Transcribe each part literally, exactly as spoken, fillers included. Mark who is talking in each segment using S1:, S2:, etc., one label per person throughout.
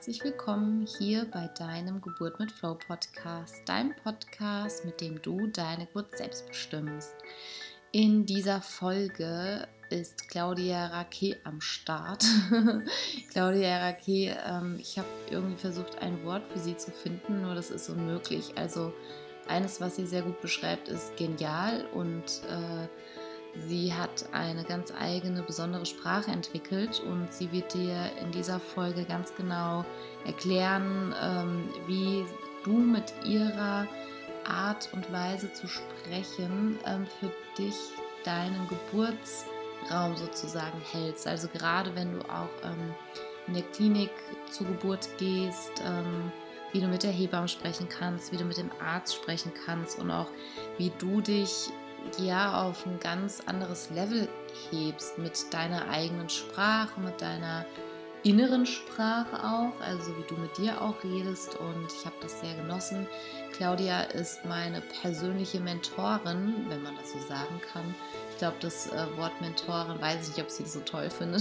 S1: herzlich willkommen hier bei deinem Geburt mit Flow Podcast, deinem Podcast, mit dem du deine Geburt selbst bestimmst. In dieser Folge ist Claudia Raquet am Start. Claudia Raquet, ähm, ich habe irgendwie versucht, ein Wort für sie zu finden, nur das ist unmöglich. Also eines, was sie sehr gut beschreibt, ist genial und äh, sie hat eine ganz eigene, besondere Sprache entwickelt und sie wird dir in dieser Folge ganz genau erklären, ähm, wie du mit ihrer Art und Weise zu sprechen ähm, für dich deinen Geburtsraum sozusagen hältst. Also gerade wenn du auch ähm, in der Klinik zur Geburt gehst, ähm, wie du mit der Hebamme sprechen kannst, wie du mit dem Arzt sprechen kannst und auch wie du dich ja auf ein ganz anderes Level hebst mit deiner eigenen Sprache, mit deiner inneren Sprache auch, also wie du mit dir auch redest, und ich habe das sehr genossen. Claudia ist meine persönliche Mentorin, wenn man das so sagen kann. Ich glaube, das äh, Wort Mentorin, weiß ich nicht, ob sie das so toll findet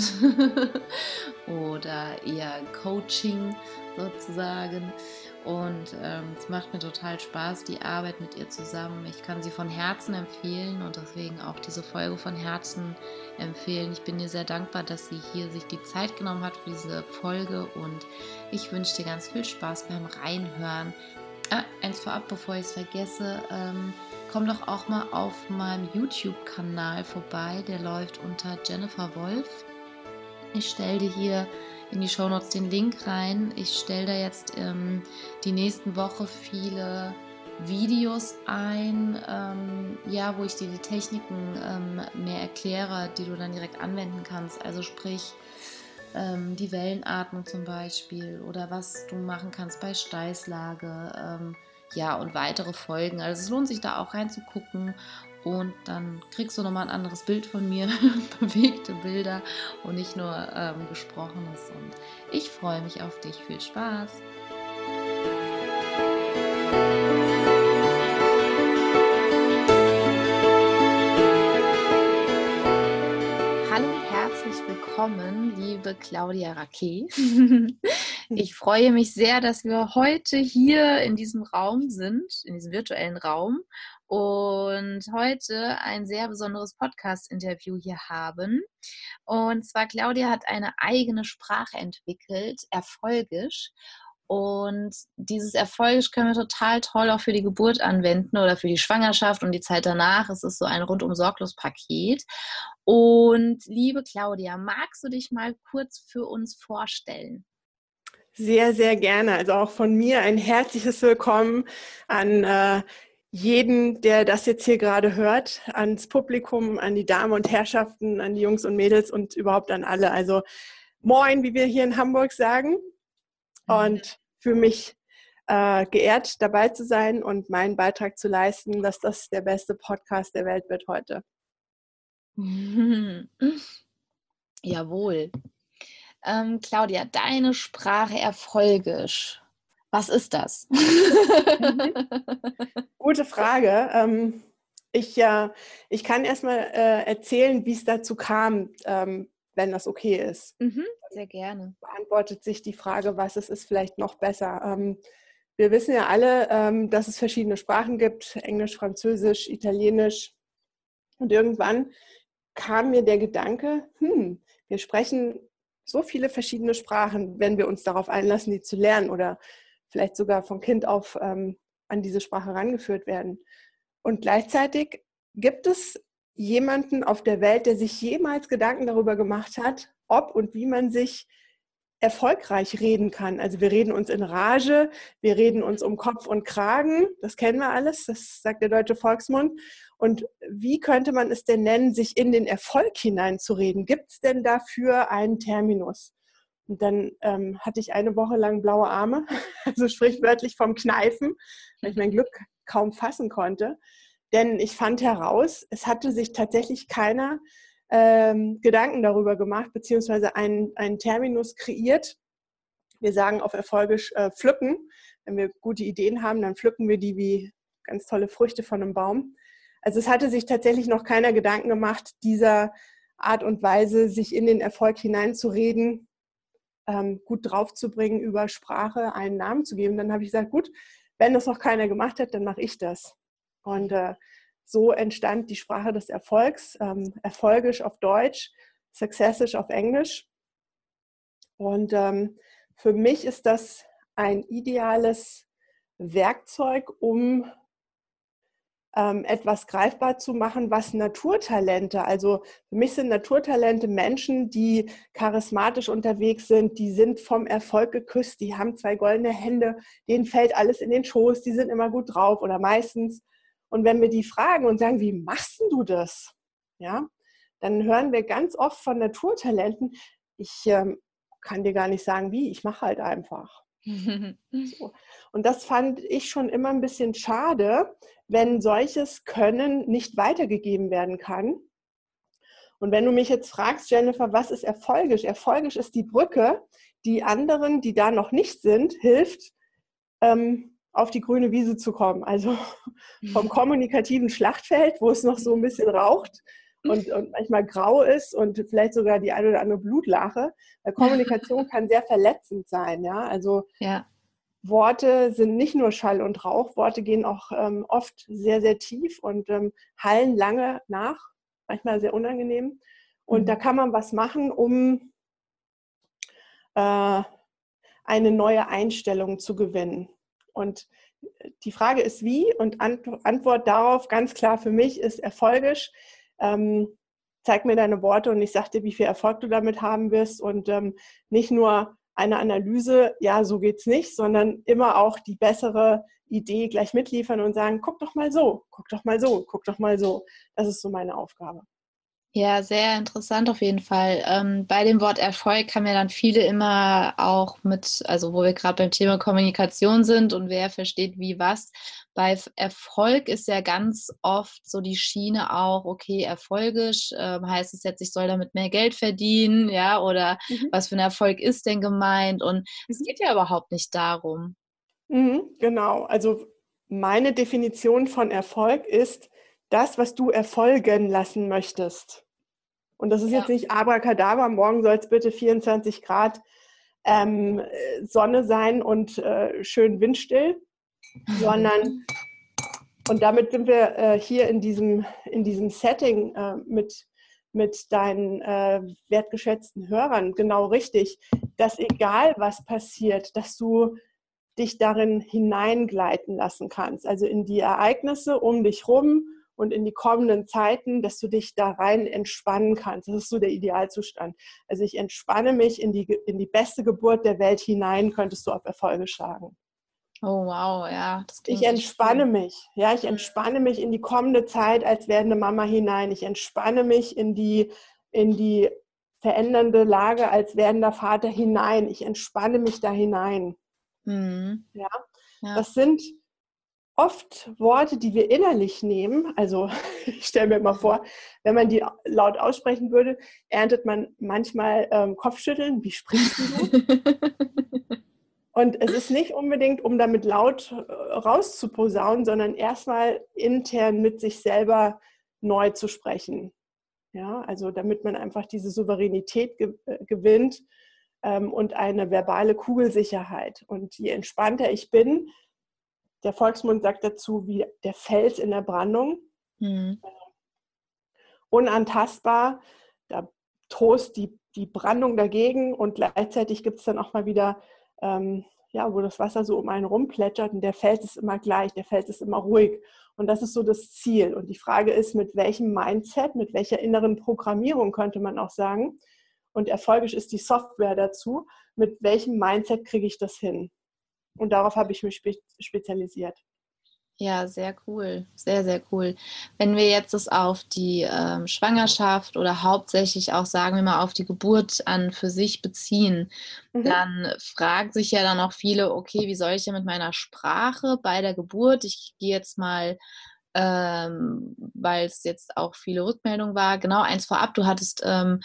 S1: oder eher Coaching sozusagen. Und ähm, es macht mir total Spaß, die Arbeit mit ihr zusammen. Ich kann sie von Herzen empfehlen und deswegen auch diese Folge von Herzen empfehlen. Ich bin ihr sehr dankbar, dass sie hier sich die Zeit genommen hat für diese Folge und ich wünsche dir ganz viel Spaß beim Reinhören. Ah, eins vorab, bevor ich es vergesse, ähm, komm doch auch mal auf meinem YouTube-Kanal vorbei. Der läuft unter Jennifer Wolf. Ich stelle dir hier in die Shownotes den Link rein. Ich stelle da jetzt ähm, die nächsten Woche viele Videos ein, ähm, ja, wo ich dir die Techniken ähm, mehr erkläre, die du dann direkt anwenden kannst. Also sprich ähm, die Wellenatmung zum Beispiel oder was du machen kannst bei Steißlage, ähm, ja, und weitere Folgen. Also es lohnt sich da auch reinzugucken. Und dann kriegst du nochmal ein anderes Bild von mir, bewegte Bilder und nicht nur ähm, Gesprochenes. Und ich freue mich auf dich. Viel Spaß! Hallo und herzlich willkommen, liebe Claudia Raquet. Ich freue mich sehr, dass wir heute hier in diesem Raum sind, in diesem virtuellen Raum, und heute ein sehr besonderes Podcast-Interview hier haben. Und zwar, Claudia hat eine eigene Sprache entwickelt, Erfolgisch. Und dieses Erfolgisch können wir total toll auch für die Geburt anwenden oder für die Schwangerschaft und die Zeit danach. Es ist so ein rundum-sorglos-Paket. Und liebe Claudia, magst du dich mal kurz für uns vorstellen?
S2: Sehr, sehr gerne. Also auch von mir ein herzliches Willkommen an äh, jeden, der das jetzt hier gerade hört, ans Publikum, an die Damen und Herrschaften, an die Jungs und Mädels und überhaupt an alle. Also moin, wie wir hier in Hamburg sagen. Und für mich äh, geehrt, dabei zu sein und meinen Beitrag zu leisten, dass das der beste Podcast der Welt wird heute.
S1: Jawohl. Ähm, Claudia, deine Sprache Erfolgisch. Was ist das?
S2: Mhm. Gute Frage. Ähm, ich, äh, ich kann erstmal äh, erzählen, wie es dazu kam, ähm, wenn das okay ist.
S1: Mhm, sehr gerne.
S2: Beantwortet sich die Frage, was es ist, vielleicht noch besser. Ähm, wir wissen ja alle, ähm, dass es verschiedene Sprachen gibt, Englisch, Französisch, Italienisch. Und irgendwann kam mir der Gedanke, hm, wir sprechen so viele verschiedene Sprachen, wenn wir uns darauf einlassen, die zu lernen oder vielleicht sogar von Kind auf ähm, an diese Sprache herangeführt werden. Und gleichzeitig gibt es jemanden auf der Welt, der sich jemals Gedanken darüber gemacht hat, ob und wie man sich erfolgreich reden kann. Also wir reden uns in Rage, wir reden uns um Kopf und Kragen, das kennen wir alles, das sagt der deutsche Volksmund. Und wie könnte man es denn nennen, sich in den Erfolg hineinzureden? Gibt es denn dafür einen Terminus? Und dann ähm, hatte ich eine Woche lang blaue Arme, also sprichwörtlich vom Kneifen, weil ich mein Glück kaum fassen konnte. Denn ich fand heraus, es hatte sich tatsächlich keiner ähm, Gedanken darüber gemacht, beziehungsweise einen, einen Terminus kreiert. Wir sagen auf Erfolgisch äh, pflücken. Wenn wir gute Ideen haben, dann pflücken wir die wie ganz tolle Früchte von einem Baum. Also es hatte sich tatsächlich noch keiner Gedanken gemacht, dieser Art und Weise, sich in den Erfolg hineinzureden, ähm, gut draufzubringen, über Sprache einen Namen zu geben. Dann habe ich gesagt, gut, wenn das noch keiner gemacht hat, dann mache ich das. Und äh, so entstand die Sprache des Erfolgs, ähm, erfolgisch auf Deutsch, successisch auf Englisch. Und ähm, für mich ist das ein ideales Werkzeug, um ähm, etwas greifbar zu machen, was Naturtalente, also für mich sind Naturtalente Menschen, die charismatisch unterwegs sind, die sind vom Erfolg geküsst, die haben zwei goldene Hände, denen fällt alles in den Schoß, die sind immer gut drauf oder meistens. Und wenn wir die fragen und sagen, wie machst denn du das? Ja, dann hören wir ganz oft von Naturtalenten, ich ähm, kann dir gar nicht sagen, wie, ich mache halt einfach. So. Und das fand ich schon immer ein bisschen schade, wenn solches Können nicht weitergegeben werden kann. Und wenn du mich jetzt fragst, Jennifer, was ist erfolgisch? Erfolgisch ist die Brücke, die anderen, die da noch nicht sind, hilft, ähm, auf die grüne Wiese zu kommen. Also vom kommunikativen Schlachtfeld, wo es noch so ein bisschen raucht und, und manchmal grau ist und vielleicht sogar die eine oder andere Blutlache. Weil Kommunikation kann sehr verletzend sein. Ja? Also
S1: ja.
S2: Worte sind nicht nur Schall und Rauch, Worte gehen auch ähm, oft sehr, sehr tief und ähm, hallen lange nach, manchmal sehr unangenehm. Und mhm. da kann man was machen, um äh, eine neue Einstellung zu gewinnen. Und die Frage ist, wie? Und Ant- Antwort darauf ganz klar für mich ist erfolgisch. Ähm, zeig mir deine Worte und ich sag dir, wie viel Erfolg du damit haben wirst. Und ähm, nicht nur eine Analyse, ja, so geht's nicht, sondern immer auch die bessere Idee gleich mitliefern und sagen, guck doch mal so, guck doch mal so, guck doch mal so. Das ist so meine Aufgabe.
S1: Ja, sehr interessant auf jeden Fall. Ähm, bei dem Wort Erfolg haben ja dann viele immer auch mit, also wo wir gerade beim Thema Kommunikation sind und wer versteht wie was. Bei Erfolg ist ja ganz oft so die Schiene auch, okay, erfolgisch, äh, heißt es jetzt, ich soll damit mehr Geld verdienen, ja, oder
S2: Mhm.
S1: was für ein Erfolg ist denn gemeint? Und
S2: Mhm.
S1: es geht ja überhaupt nicht darum.
S2: Mhm, genau, also meine Definition von Erfolg ist das, was du erfolgen lassen möchtest. Und das ist
S1: Ja.
S2: jetzt nicht Abracadabra, morgen soll es bitte vierundzwanzig Grad ähm, Sonne sein und äh, schön windstill, sondern, und damit sind wir äh, hier in diesem, in diesem Setting äh, mit, mit deinen äh, wertgeschätzten Hörern genau richtig, dass egal was passiert, dass du dich darin hineingleiten lassen kannst, also in die Ereignisse um dich rum und in die kommenden Zeiten, dass du dich da rein entspannen kannst. Das ist so der Idealzustand. Also ich entspanne mich in die, in die beste Geburt der Welt hinein, könntest du auf Erfolge schlagen.
S1: Oh wow, ja, das klingt
S2: Ich
S1: echt
S2: entspanne
S1: cool.
S2: mich, ja, ich entspanne mich in die kommende Zeit als werdende Mama hinein. Ich entspanne mich in die, in die verändernde Lage als werdender Vater hinein. Ich entspanne mich da hinein.
S1: Mhm.
S2: Ja,
S1: Ja.
S2: das sind oft Worte, die wir innerlich nehmen. Also ich stelle mir mal vor, wenn man die laut aussprechen würde, erntet man manchmal ähm, Kopfschütteln. Wie sprichst du? Und es ist nicht unbedingt, um damit laut äh, rauszuposaunen, sondern erstmal intern mit sich selber neu zu sprechen. Ja, also damit man einfach diese Souveränität ge äh, gewinnt ähm, und eine verbale Kugelsicherheit. Und je entspannter ich bin, der Volksmund sagt dazu, wie der Fels in der Brandung,
S1: Mhm.
S2: unantastbar, da tost die, die Brandung dagegen und gleichzeitig gibt es dann auch mal wieder, ähm, ja, wo das Wasser so um einen rumplätschert und der Fels ist immer gleich, der Fels ist immer ruhig. Und das ist so das Ziel. Und die Frage ist, mit welchem Mindset, mit welcher inneren Programmierung könnte man auch sagen, und erfolgisch ist die Software dazu, mit welchem Mindset kriege ich das hin? Und darauf habe ich mich spe spezialisiert.
S1: Ja, sehr cool, sehr, sehr cool. Wenn wir jetzt das auf die ähm, Schwangerschaft oder hauptsächlich auch, sagen wir mal, auf die Geburt an für sich beziehen,
S2: Mhm.
S1: dann fragen sich ja dann auch viele, okay, wie soll ich denn mit meiner Sprache bei der Geburt, ich gehe jetzt mal, ähm, weil es jetzt auch viele Rückmeldungen war, genau eins vorab, du hattest ähm,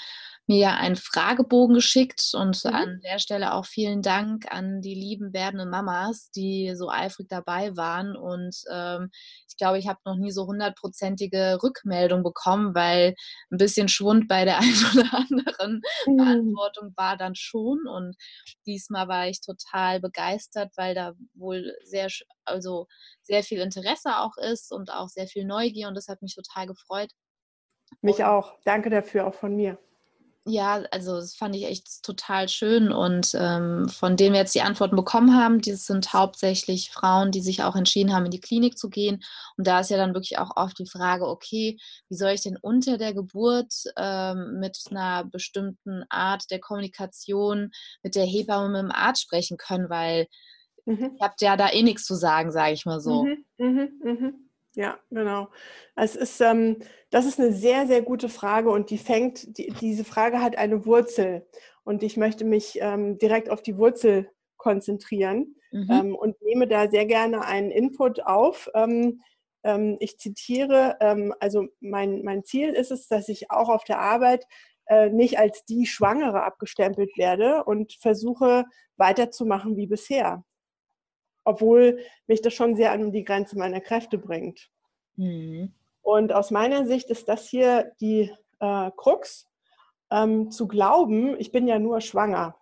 S1: mir ja einen Fragebogen geschickt und
S2: Mhm.
S1: an der Stelle auch vielen Dank an die lieben werdenden Mamas, die so eifrig dabei waren. Und ähm, ich glaube, ich habe noch nie so hundertprozentige Rückmeldung bekommen, weil ein bisschen Schwund bei der einen oder anderen
S2: Mhm.
S1: Beantwortung war dann schon. Und diesmal war ich total begeistert, weil da wohl sehr, sch- also sehr viel Interesse auch ist und auch sehr viel Neugier. Und das hat mich total gefreut.
S2: Mich auch. Danke dafür, auch von mir.
S1: Ja, also das fand ich echt total schön und ähm, von denen wir jetzt die Antworten bekommen haben, das sind hauptsächlich Frauen, die sich auch entschieden haben, in die Klinik zu gehen. Und da ist ja dann wirklich auch oft die Frage, okay, wie soll ich denn unter der Geburt ähm, mit einer bestimmten Art der Kommunikation mit der Hebamme, mit dem Arzt sprechen können, weil
S2: Mhm.
S1: ihr habt ja da eh nichts zu sagen, sage ich mal so.
S2: Mhm, mhm, mhm. Ja, genau. Es ist, ähm, das ist eine sehr, sehr gute Frage und die fängt, die, diese Frage hat eine Wurzel und ich möchte mich ähm, direkt auf die Wurzel konzentrieren
S1: Mhm.
S2: ähm, und nehme da sehr gerne einen Input auf. Ähm, ähm, ich zitiere, ähm, also mein, mein Ziel ist es, dass ich auch auf der Arbeit äh, nicht als die Schwangere abgestempelt werde und versuche weiterzumachen wie bisher, obwohl mich das schon sehr an die Grenze meiner Kräfte bringt.
S1: Mhm.
S2: Und aus meiner Sicht ist das hier die äh, Krux, ähm, zu glauben, ich bin ja nur schwanger.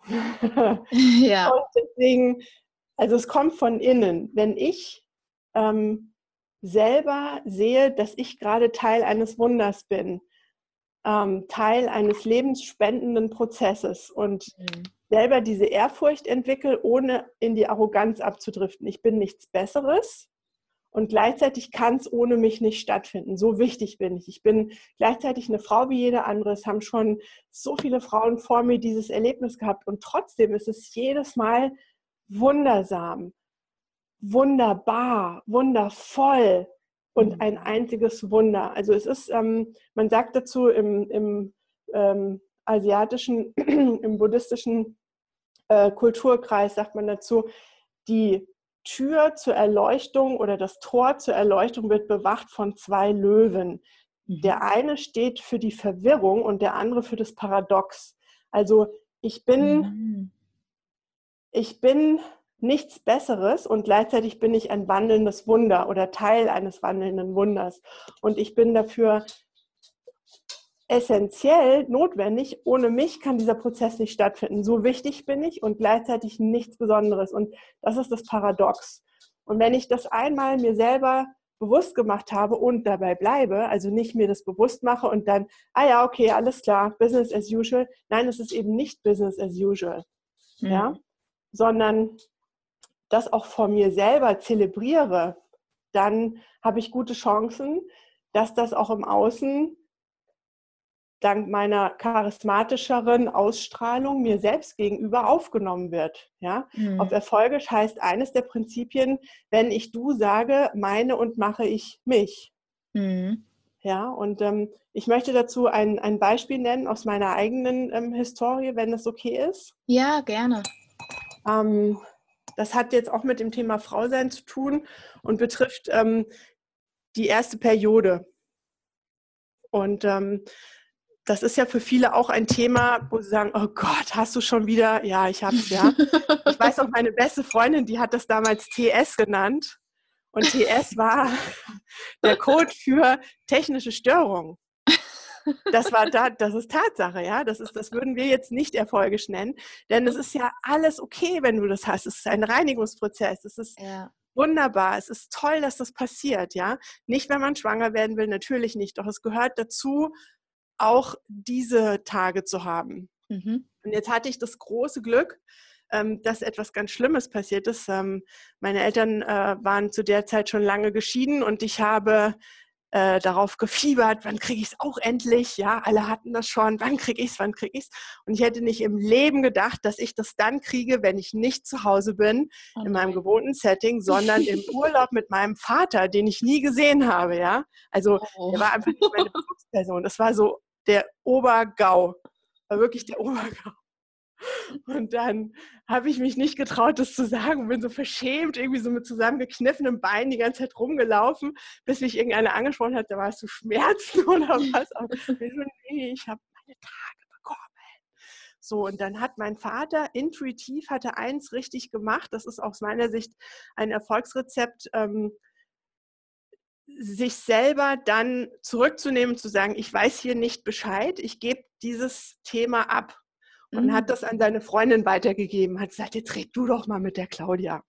S1: Ja.
S2: Und deswegen, also es kommt von innen. Wenn ich ähm, selber sehe, dass ich gerade Teil eines Wunders bin, ähm, Teil eines lebensspendenden Prozesses und
S1: Mhm.
S2: selber diese Ehrfurcht entwickle, ohne in die Arroganz abzudriften. Ich bin nichts Besseres und gleichzeitig kann es ohne mich nicht stattfinden. So wichtig bin ich. Ich bin gleichzeitig eine Frau wie jede andere. Es haben schon so viele Frauen vor mir dieses Erlebnis gehabt und trotzdem ist es jedes Mal wundersam, wunderbar, wundervoll und ein
S1: Mhm.
S2: einziges Wunder. Also es ist, ähm, man sagt dazu im, im ähm, asiatischen, im buddhistischen äh, Kulturkreis, sagt man dazu, die Tür zur Erleuchtung oder das Tor zur Erleuchtung wird bewacht von zwei Löwen.
S1: Mhm.
S2: Der eine steht für die Verwirrung und der andere für das Paradox. Also ich bin
S1: Mhm.
S2: ich bin nichts Besseres und gleichzeitig bin ich ein wandelndes Wunder oder Teil eines wandelnden Wunders. Und ich bin dafür essentiell notwendig. Ohne mich kann dieser Prozess nicht stattfinden. So wichtig bin ich und gleichzeitig nichts Besonderes. Und das ist das Paradox. Und wenn ich das einmal mir selber bewusst gemacht habe und dabei bleibe, also nicht mir das bewusst mache und dann, ah ja, okay, alles klar, Business as usual. Nein, es ist eben nicht Business as usual, ja,
S1: Mhm.
S2: sondern das auch vor mir selber zelebriere, dann habe ich gute Chancen, dass das auch im Außen dank meiner charismatischeren Ausstrahlung mir selbst gegenüber aufgenommen wird. Ja? Auf
S1: Mhm.
S2: Erfolgisch heißt eines der Prinzipien, wenn ich du sage, meine und mache ich mich.
S1: Mhm.
S2: Ja, und ähm, ich möchte dazu ein, ein Beispiel nennen aus meiner eigenen ähm, Historie, wenn das okay ist.
S1: Ja, gerne.
S2: Ähm, das hat jetzt auch mit dem Thema Frausein zu tun und betrifft ähm, die erste Periode. Und ähm, das ist ja für viele auch ein Thema, wo sie sagen, oh Gott, hast du schon wieder? Ja, ich hab's, ja. Ich weiß auch, meine beste Freundin, die hat das damals T S genannt. Und T S war der Code für technische Störung. Das war da, das ist Tatsache, ja. Das ist, das würden wir jetzt nicht erfolgisch nennen, denn es ist ja alles okay, wenn du das hast. Es ist ein Reinigungsprozess. Es ist
S1: Ja.
S2: wunderbar. Es ist toll, dass das passiert, ja. Nicht, wenn man schwanger werden will, natürlich nicht. Doch es gehört dazu, auch diese Tage zu haben.
S1: Mhm.
S2: Und jetzt hatte ich das große Glück, ähm, dass etwas ganz Schlimmes passiert ist. Ähm, meine Eltern äh, waren zu der Zeit schon lange geschieden und ich habe äh, darauf gefiebert, wann kriege ich es auch endlich? Ja, alle hatten das schon, wann kriege ich es, wann kriege ich es? Und ich hätte nicht im Leben gedacht, dass ich das dann kriege, wenn ich nicht zu Hause bin,
S1: Oh
S2: in meinem
S1: nein.
S2: gewohnten Setting, sondern im Urlaub mit meinem Vater, den ich nie gesehen habe. Ja, also der
S1: Oh.
S2: war einfach nicht meine Bezugsperson. Das war so der Obergau, war wirklich der Obergau. Und dann habe ich mich nicht getraut, das zu sagen und bin so verschämt, irgendwie so mit zusammengekniffenem Bein die ganze Zeit rumgelaufen, bis mich irgendeiner angesprochen hat, da warst du Schmerzen oder was? Aber ich so, nee, ich habe meine Tage bekommen. So, und dann hat mein Vater intuitiv, hatte eins richtig gemacht, das ist aus meiner Sicht ein Erfolgsrezept, ähm, sich selber dann zurückzunehmen, zu sagen, ich weiß hier nicht Bescheid, ich gebe dieses Thema ab. Und hat das an seine Freundin weitergegeben, hat gesagt, jetzt red du doch mal mit der Claudia.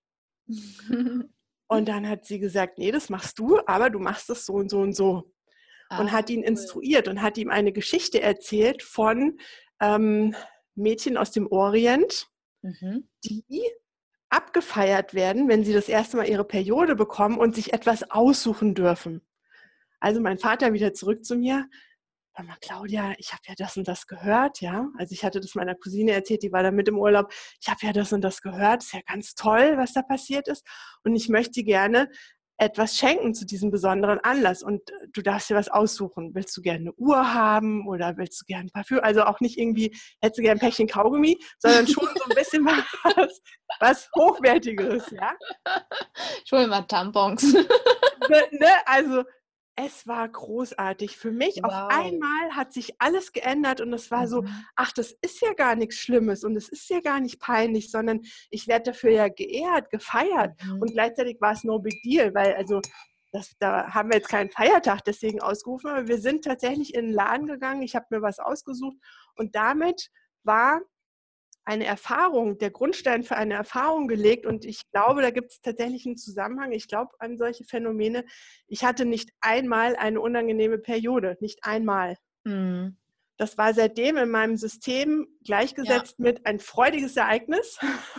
S2: Und dann hat sie gesagt, nee, das machst du, aber du machst das so und so und so. Und
S1: Ah,
S2: hat ihn
S1: cool.
S2: instruiert und hat ihm eine Geschichte erzählt von ähm, Mädchen aus dem Orient,
S1: Mhm.
S2: die abgefeiert werden, wenn sie das erste Mal ihre Periode bekommen und sich etwas aussuchen dürfen. Also mein Vater wieder zurück zu mir. Hör mal, Claudia, ich habe ja das und das gehört, ja. Also ich hatte das meiner Cousine erzählt, die war da mit im Urlaub. Ich habe ja das und das gehört, ist ja ganz toll, was da passiert ist. Und ich möchte dir gerne etwas schenken zu diesem besonderen Anlass. Und du darfst dir was aussuchen. Willst du gerne eine Uhr haben oder willst du gerne ein Parfüm? Also auch nicht irgendwie, hättest du gerne ein Päckchen Kaugummi, sondern schon so ein bisschen was, was Hochwertigeres, ja.
S1: Ich hole mal Tampons.
S2: Ne? Also es war großartig. Für mich auf
S1: Wow.
S2: einmal hat sich alles geändert und es war so,
S1: Mhm.
S2: ach, das ist ja gar nichts Schlimmes und es ist ja gar nicht peinlich, sondern ich werde dafür ja geehrt, gefeiert
S1: Mhm.
S2: und gleichzeitig war es no big deal, weil also das, da haben wir jetzt keinen Feiertag deswegen ausgerufen, aber wir sind tatsächlich in den Laden gegangen, ich habe mir was ausgesucht und damit war eine Erfahrung, der Grundstein für eine Erfahrung gelegt und ich glaube, da gibt es tatsächlich einen Zusammenhang. Ich glaube an solche Phänomene. Ich hatte nicht einmal eine unangenehme Periode, nicht einmal.
S1: Mhm.
S2: Das war seitdem in meinem System
S1: Ja.
S2: gleichgesetzt mit ein freudiges Ereignis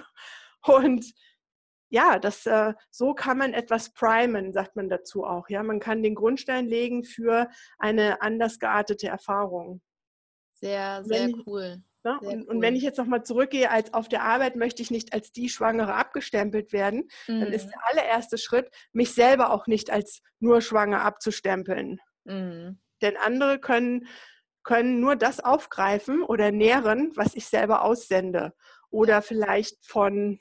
S2: und ja, das, äh, so kann man etwas primen, sagt man dazu auch. Ja, man kann den Grundstein legen für eine anders geartete Erfahrung.
S1: Sehr,
S2: Wenn
S1: sehr
S2: ich,
S1: cool.
S2: Ne?
S1: Sehr
S2: Und, und wenn
S1: cool.
S2: ich jetzt nochmal zurückgehe, als auf der Arbeit möchte ich nicht als die Schwangere abgestempelt werden, dann ist
S1: Mhm.
S2: der allererste Schritt, mich selber auch nicht als nur schwanger abzustempeln.
S1: Mhm.
S2: Denn andere können, können nur das aufgreifen oder nähren, was ich selber aussende.
S1: Ja.
S2: Oder vielleicht von,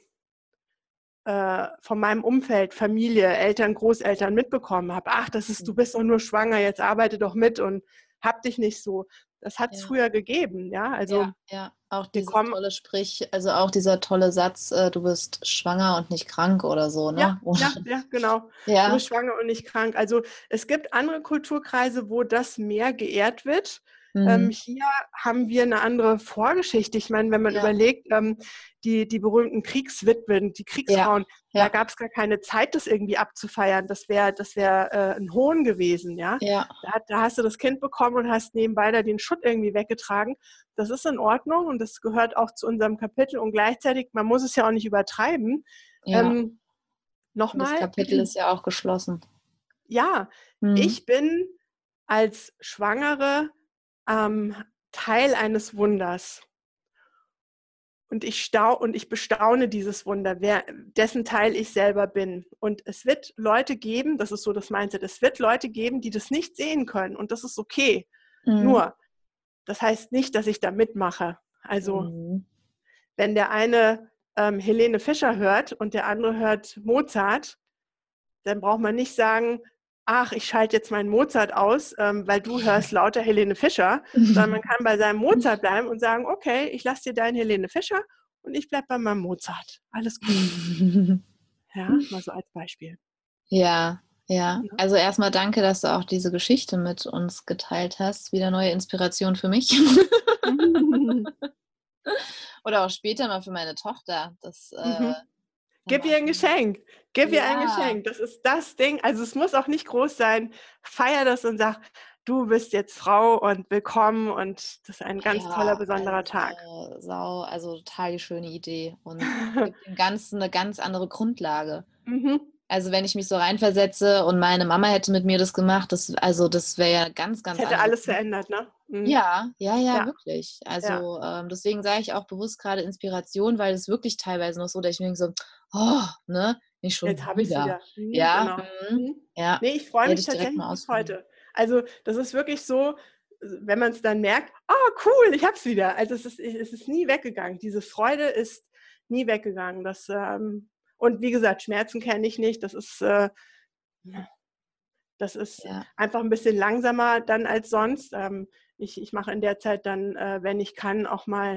S2: äh, von meinem Umfeld, Familie, Eltern, Großeltern mitbekommen habe. Ach, das ist, du
S1: Mhm.
S2: bist doch nur schwanger, jetzt arbeite doch mit und hab dich nicht so. Das hat es
S1: Ja.
S2: früher gegeben, ja.
S1: Ja,
S2: Also
S1: ja, auch
S2: wir
S1: dieses
S2: kommen.
S1: tolle Sprich, also auch dieser tolle Satz, äh, du bist schwanger und nicht krank oder so,
S2: Ja,
S1: ne? Oder,
S2: ja, ja, genau. Du
S1: ja.
S2: bist schwanger und nicht krank. Also es gibt andere Kulturkreise, wo das mehr geehrt wird. Ähm,
S1: Mhm.
S2: hier haben wir eine andere Vorgeschichte. Ich meine, wenn man
S1: Ja,
S2: überlegt, ähm, die, die berühmten Kriegswitwen, die
S1: ja,
S2: Kriegsfrauen, da
S1: ja,
S2: gab es gar keine Zeit, das irgendwie abzufeiern. Das wäre das wär, äh, ein Hohn gewesen, ja.
S1: ja,
S2: Da, da hast du das Kind bekommen und hast nebenbei da den Schutt irgendwie weggetragen. Das ist in Ordnung und das gehört auch zu unserem Kapitel. Und gleichzeitig, man muss es ja auch nicht übertreiben.
S1: ja.
S2: Ähm,
S1: Und das
S2: Nochmal,
S1: Kapitel ist ja auch geschlossen.
S2: ja,
S1: Mhm.
S2: ich bin als Schwangere ähm, Teil eines Wunders. Und ich, stau und ich bestaune dieses Wunder, wer, dessen Teil ich selber bin. Und es wird Leute geben, das ist so das Mindset, es wird Leute geben, die das nicht sehen können. Und das ist okay.
S1: Mhm.
S2: Nur, das heißt nicht, dass ich da mitmache. Also,
S1: Mhm.
S2: wenn der eine ähm, Helene Fischer hört und der andere hört Mozart, dann braucht man nicht sagen, ach, ich schalte jetzt meinen Mozart aus, ähm, weil du hörst lauter Helene Fischer, sondern man kann bei seinem Mozart bleiben und sagen, okay, ich lasse dir deinen Helene Fischer und ich bleibe bei meinem Mozart. Alles gut. Ja, mal so als Beispiel.
S1: Ja, ja.
S2: Ja.
S1: Also erstmal danke, dass du auch diese Geschichte mit uns geteilt hast. Wieder neue Inspiration für mich. Oder auch später mal für meine Tochter. Das, äh,
S2: Mhm.
S1: dann
S2: Gib
S1: war
S2: ihr ein
S1: schon,
S2: Geschenk. Gib ihr ein
S1: ja,
S2: Geschenk. Das ist das Ding. Also es muss auch nicht groß sein. Feier das und sag, du bist jetzt Frau und willkommen und das ist ein ganz toller,
S1: ja,
S2: besonderer Tag.
S1: also sau, also total die schöne Idee und gibt dem Ganzen eine ganz andere Grundlage.
S2: Mhm.
S1: Also wenn ich mich so reinversetze und meine Mama hätte mit mir das gemacht, das, also das wäre ja ganz,
S2: Das
S1: ganz
S2: hätte
S1: anders.
S2: alles verändert, ne? Mhm.
S1: Ja, ja, ja,
S2: Ja,
S1: wirklich.
S2: ja.
S1: Also ähm, deswegen sage ich auch bewusst gerade Inspiration, weil es wirklich teilweise noch so, dass ich mir denke so, oh, ne, nicht schon
S2: Jetzt habe ich es
S1: wieder.
S2: wieder. Mhm,
S1: Ja,
S2: genau.
S1: mhm,
S2: Mhm.
S1: ja,
S2: Ne, ich freue
S1: hätte
S2: mich
S1: ich direkt
S2: tatsächlich
S1: mal
S2: bis
S1: ausprobieren.
S2: heute. Also, das ist wirklich so, wenn man es dann merkt: „Ah, cool, ich habe es wieder.“ Also, es ist es ist nie weggegangen. Diese Freude ist nie weggegangen. Das, ähm und wie gesagt, Schmerzen kenne ich nicht. Das ist, äh das ist
S1: Ja,
S2: einfach ein bisschen langsamer dann als sonst. Ähm, ich ich mache in der Zeit dann, äh, wenn ich kann, auch mal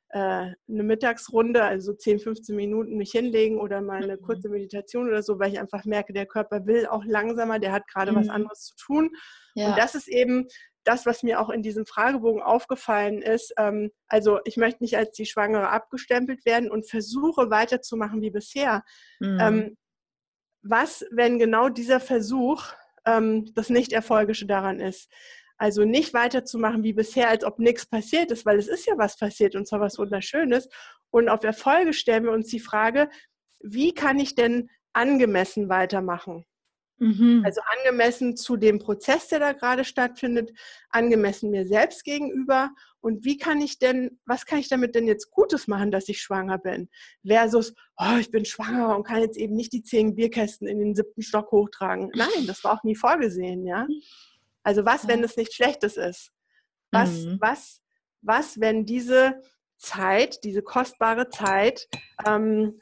S2: äh, eine Mittagsrunde, also zehn, fünfzehn Minuten mich hinlegen oder mal eine kurze Meditation oder so, weil ich einfach merke, der Körper will auch langsamer, der hat gerade mhm. was anderes zu tun. Ja. Und das ist eben das, was mir auch in diesem Fragebogen aufgefallen ist. Ähm, also ich möchte nicht als die Schwangere abgestempelt werden und versuche weiterzumachen wie bisher. Mhm. Ähm, was, wenn genau dieser Versuch ähm, das Nicht-Erfolgische daran ist? Also nicht weiterzumachen wie bisher, als ob nichts passiert ist, weil es ist ja was passiert und zwar was Wunderschönes. Und auf Erfolge stellen wir uns die Frage, wie kann ich denn angemessen weitermachen? Mhm. Also angemessen zu dem Prozess, der da gerade stattfindet, angemessen mir selbst gegenüber. Und wie kann ich denn, was kann ich damit denn jetzt Gutes machen, dass ich schwanger bin? Versus, oh, ich bin schwanger und kann jetzt eben nicht die zehn Bierkästen in den siebten Stock hochtragen. Nein, das war auch nie vorgesehen, ja. Also was, wenn es nichts Schlechtes ist? Was, mhm. was, was, wenn diese Zeit, diese kostbare Zeit, ähm,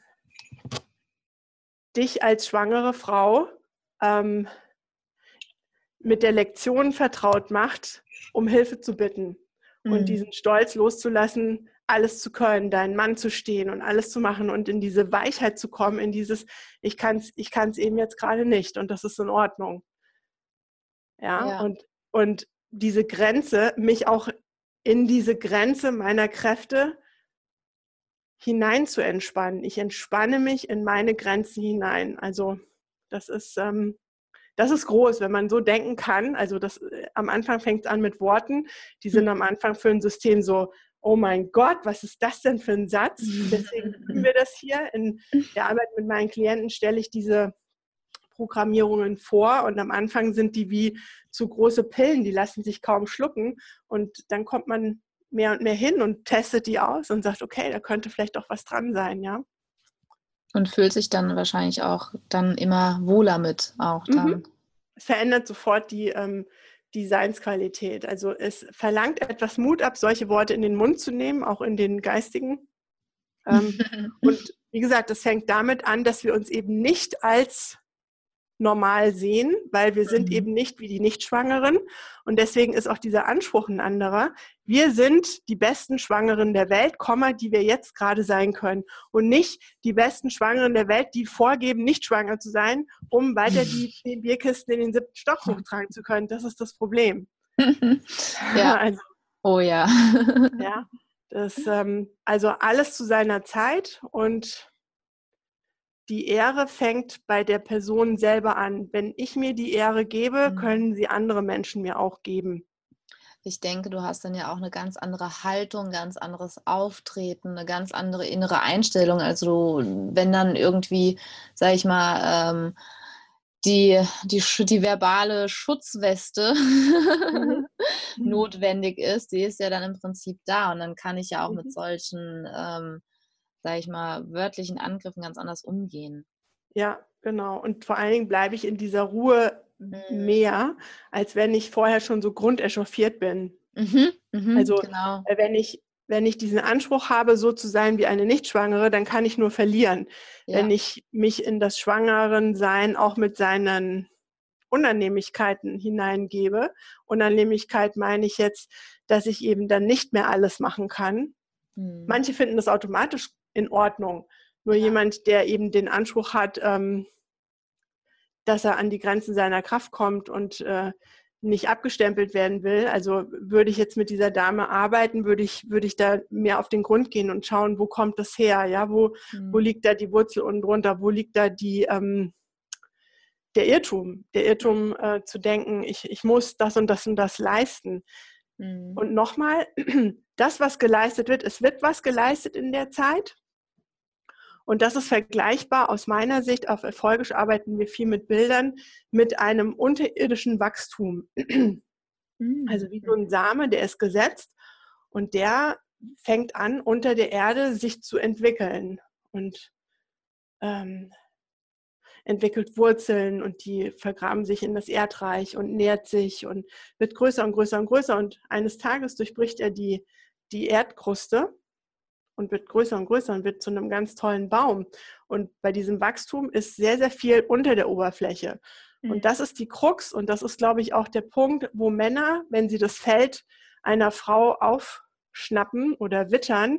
S2: dich als schwangere Frau ähm, mit der Lektion vertraut macht, um Hilfe zu bitten mhm. und diesen Stolz loszulassen, alles zu können, deinen Mann zu stehen und alles zu machen und in diese Weichheit zu kommen, in dieses, ich kann es ich kann's eben jetzt gerade nicht und das ist in Ordnung. Ja, ja. Und, und diese Grenze, mich auch in diese Grenze meiner Kräfte hinein zu entspannen. Ich entspanne mich in meine Grenzen hinein. Also das ist, ähm, das ist groß, wenn man so denken kann. Also das, äh, am Anfang fängt es an mit Worten, die sind am Anfang für ein System so, oh mein Gott, was ist das denn für ein Satz? Deswegen üben wir das hier. In der Arbeit mit meinen Klienten stelle ich diese Programmierungen vor und am Anfang sind die wie zu große Pillen, die lassen sich kaum schlucken und dann kommt man mehr und mehr hin und testet die aus und sagt, okay, da könnte vielleicht auch was dran sein, ja.
S1: Und fühlt sich dann wahrscheinlich auch dann immer wohler mit auch dann.
S2: Mhm. Es verändert sofort die ähm, die Seinsqualität. Also es verlangt etwas Mut ab, solche Worte in den Mund zu nehmen, auch in den geistigen. Ähm, und wie gesagt, das fängt damit an, dass wir uns eben nicht als normal sehen, weil wir sind mhm. eben nicht wie die Nichtschwangeren und deswegen ist auch dieser Anspruch ein anderer. Wir sind die besten Schwangeren der Welt, Komma, die wir jetzt gerade sein können und nicht die besten Schwangeren der Welt, die vorgeben, nicht schwanger zu sein, um weiter die zehn Bierkisten in den siebten Stock hochtragen zu können. Das ist das Problem.
S1: Ja.
S2: Also,
S1: oh ja.
S2: ja, das, ähm, also alles zu seiner Zeit und die Ehre fängt bei der Person selber an. Wenn ich mir die Ehre gebe, können sie andere Menschen mir auch geben.
S1: Ich denke, du hast dann ja auch eine ganz andere Haltung, ganz anderes Auftreten, eine ganz andere innere Einstellung. Also wenn dann irgendwie, sag ich mal, ähm, die, die, die verbale Schutzweste mhm. notwendig ist, die ist ja dann im Prinzip da. Und dann kann ich ja auch mhm. mit solchen ähm, sage ich mal, wörtlichen Angriffen ganz anders umgehen.
S2: Ja, genau. Und vor allen Dingen bleibe ich in dieser Ruhe mhm. mehr, als wenn ich vorher schon so grundechauffiert bin.
S1: Mhm, mh,
S2: also
S1: genau.
S2: wenn ich, wenn ich diesen Anspruch habe, so zu sein wie eine Nichtschwangere, dann kann ich nur verlieren. Ja. Wenn ich mich in das Schwangerensein auch mit seinen Unannehmlichkeiten hineingebe. Unannehmlichkeit meine ich jetzt, dass ich eben dann nicht mehr alles machen kann. Mhm. Manche finden das automatisch in Ordnung. Nur ja. jemand, der eben den Anspruch hat, ähm, dass er an die Grenzen seiner Kraft kommt und äh, nicht abgestempelt werden will. Also würde ich jetzt mit dieser Dame arbeiten, würde ich, würde ich da mehr auf den Grund gehen und schauen, wo kommt das her? Ja, wo, mhm. wo liegt da die Wurzel unten drunter? Wo liegt da die, ähm, der Irrtum? Der Irrtum äh, zu denken, ich, ich muss das und das und das leisten. Mhm. Und nochmal, das, was geleistet wird, es wird was geleistet in der Zeit. Und das ist vergleichbar aus meiner Sicht, auf Erfolgisch arbeiten wir viel mit Bildern, mit einem unterirdischen Wachstum. Mhm. Also wie so ein Same, der ist gesetzt und der fängt an, unter der Erde sich zu entwickeln und ähm, entwickelt Wurzeln und die vergraben sich in das Erdreich und nährt sich und wird größer und größer und größer und eines Tages durchbricht er die, die Erdkruste und wird größer und größer und wird zu einem ganz tollen Baum. Und bei diesem Wachstum ist sehr, sehr viel unter der Oberfläche. Mhm. Und das ist die Krux und das ist, glaube ich, auch der Punkt, wo Männer, wenn sie das Feld einer Frau aufschnappen oder wittern,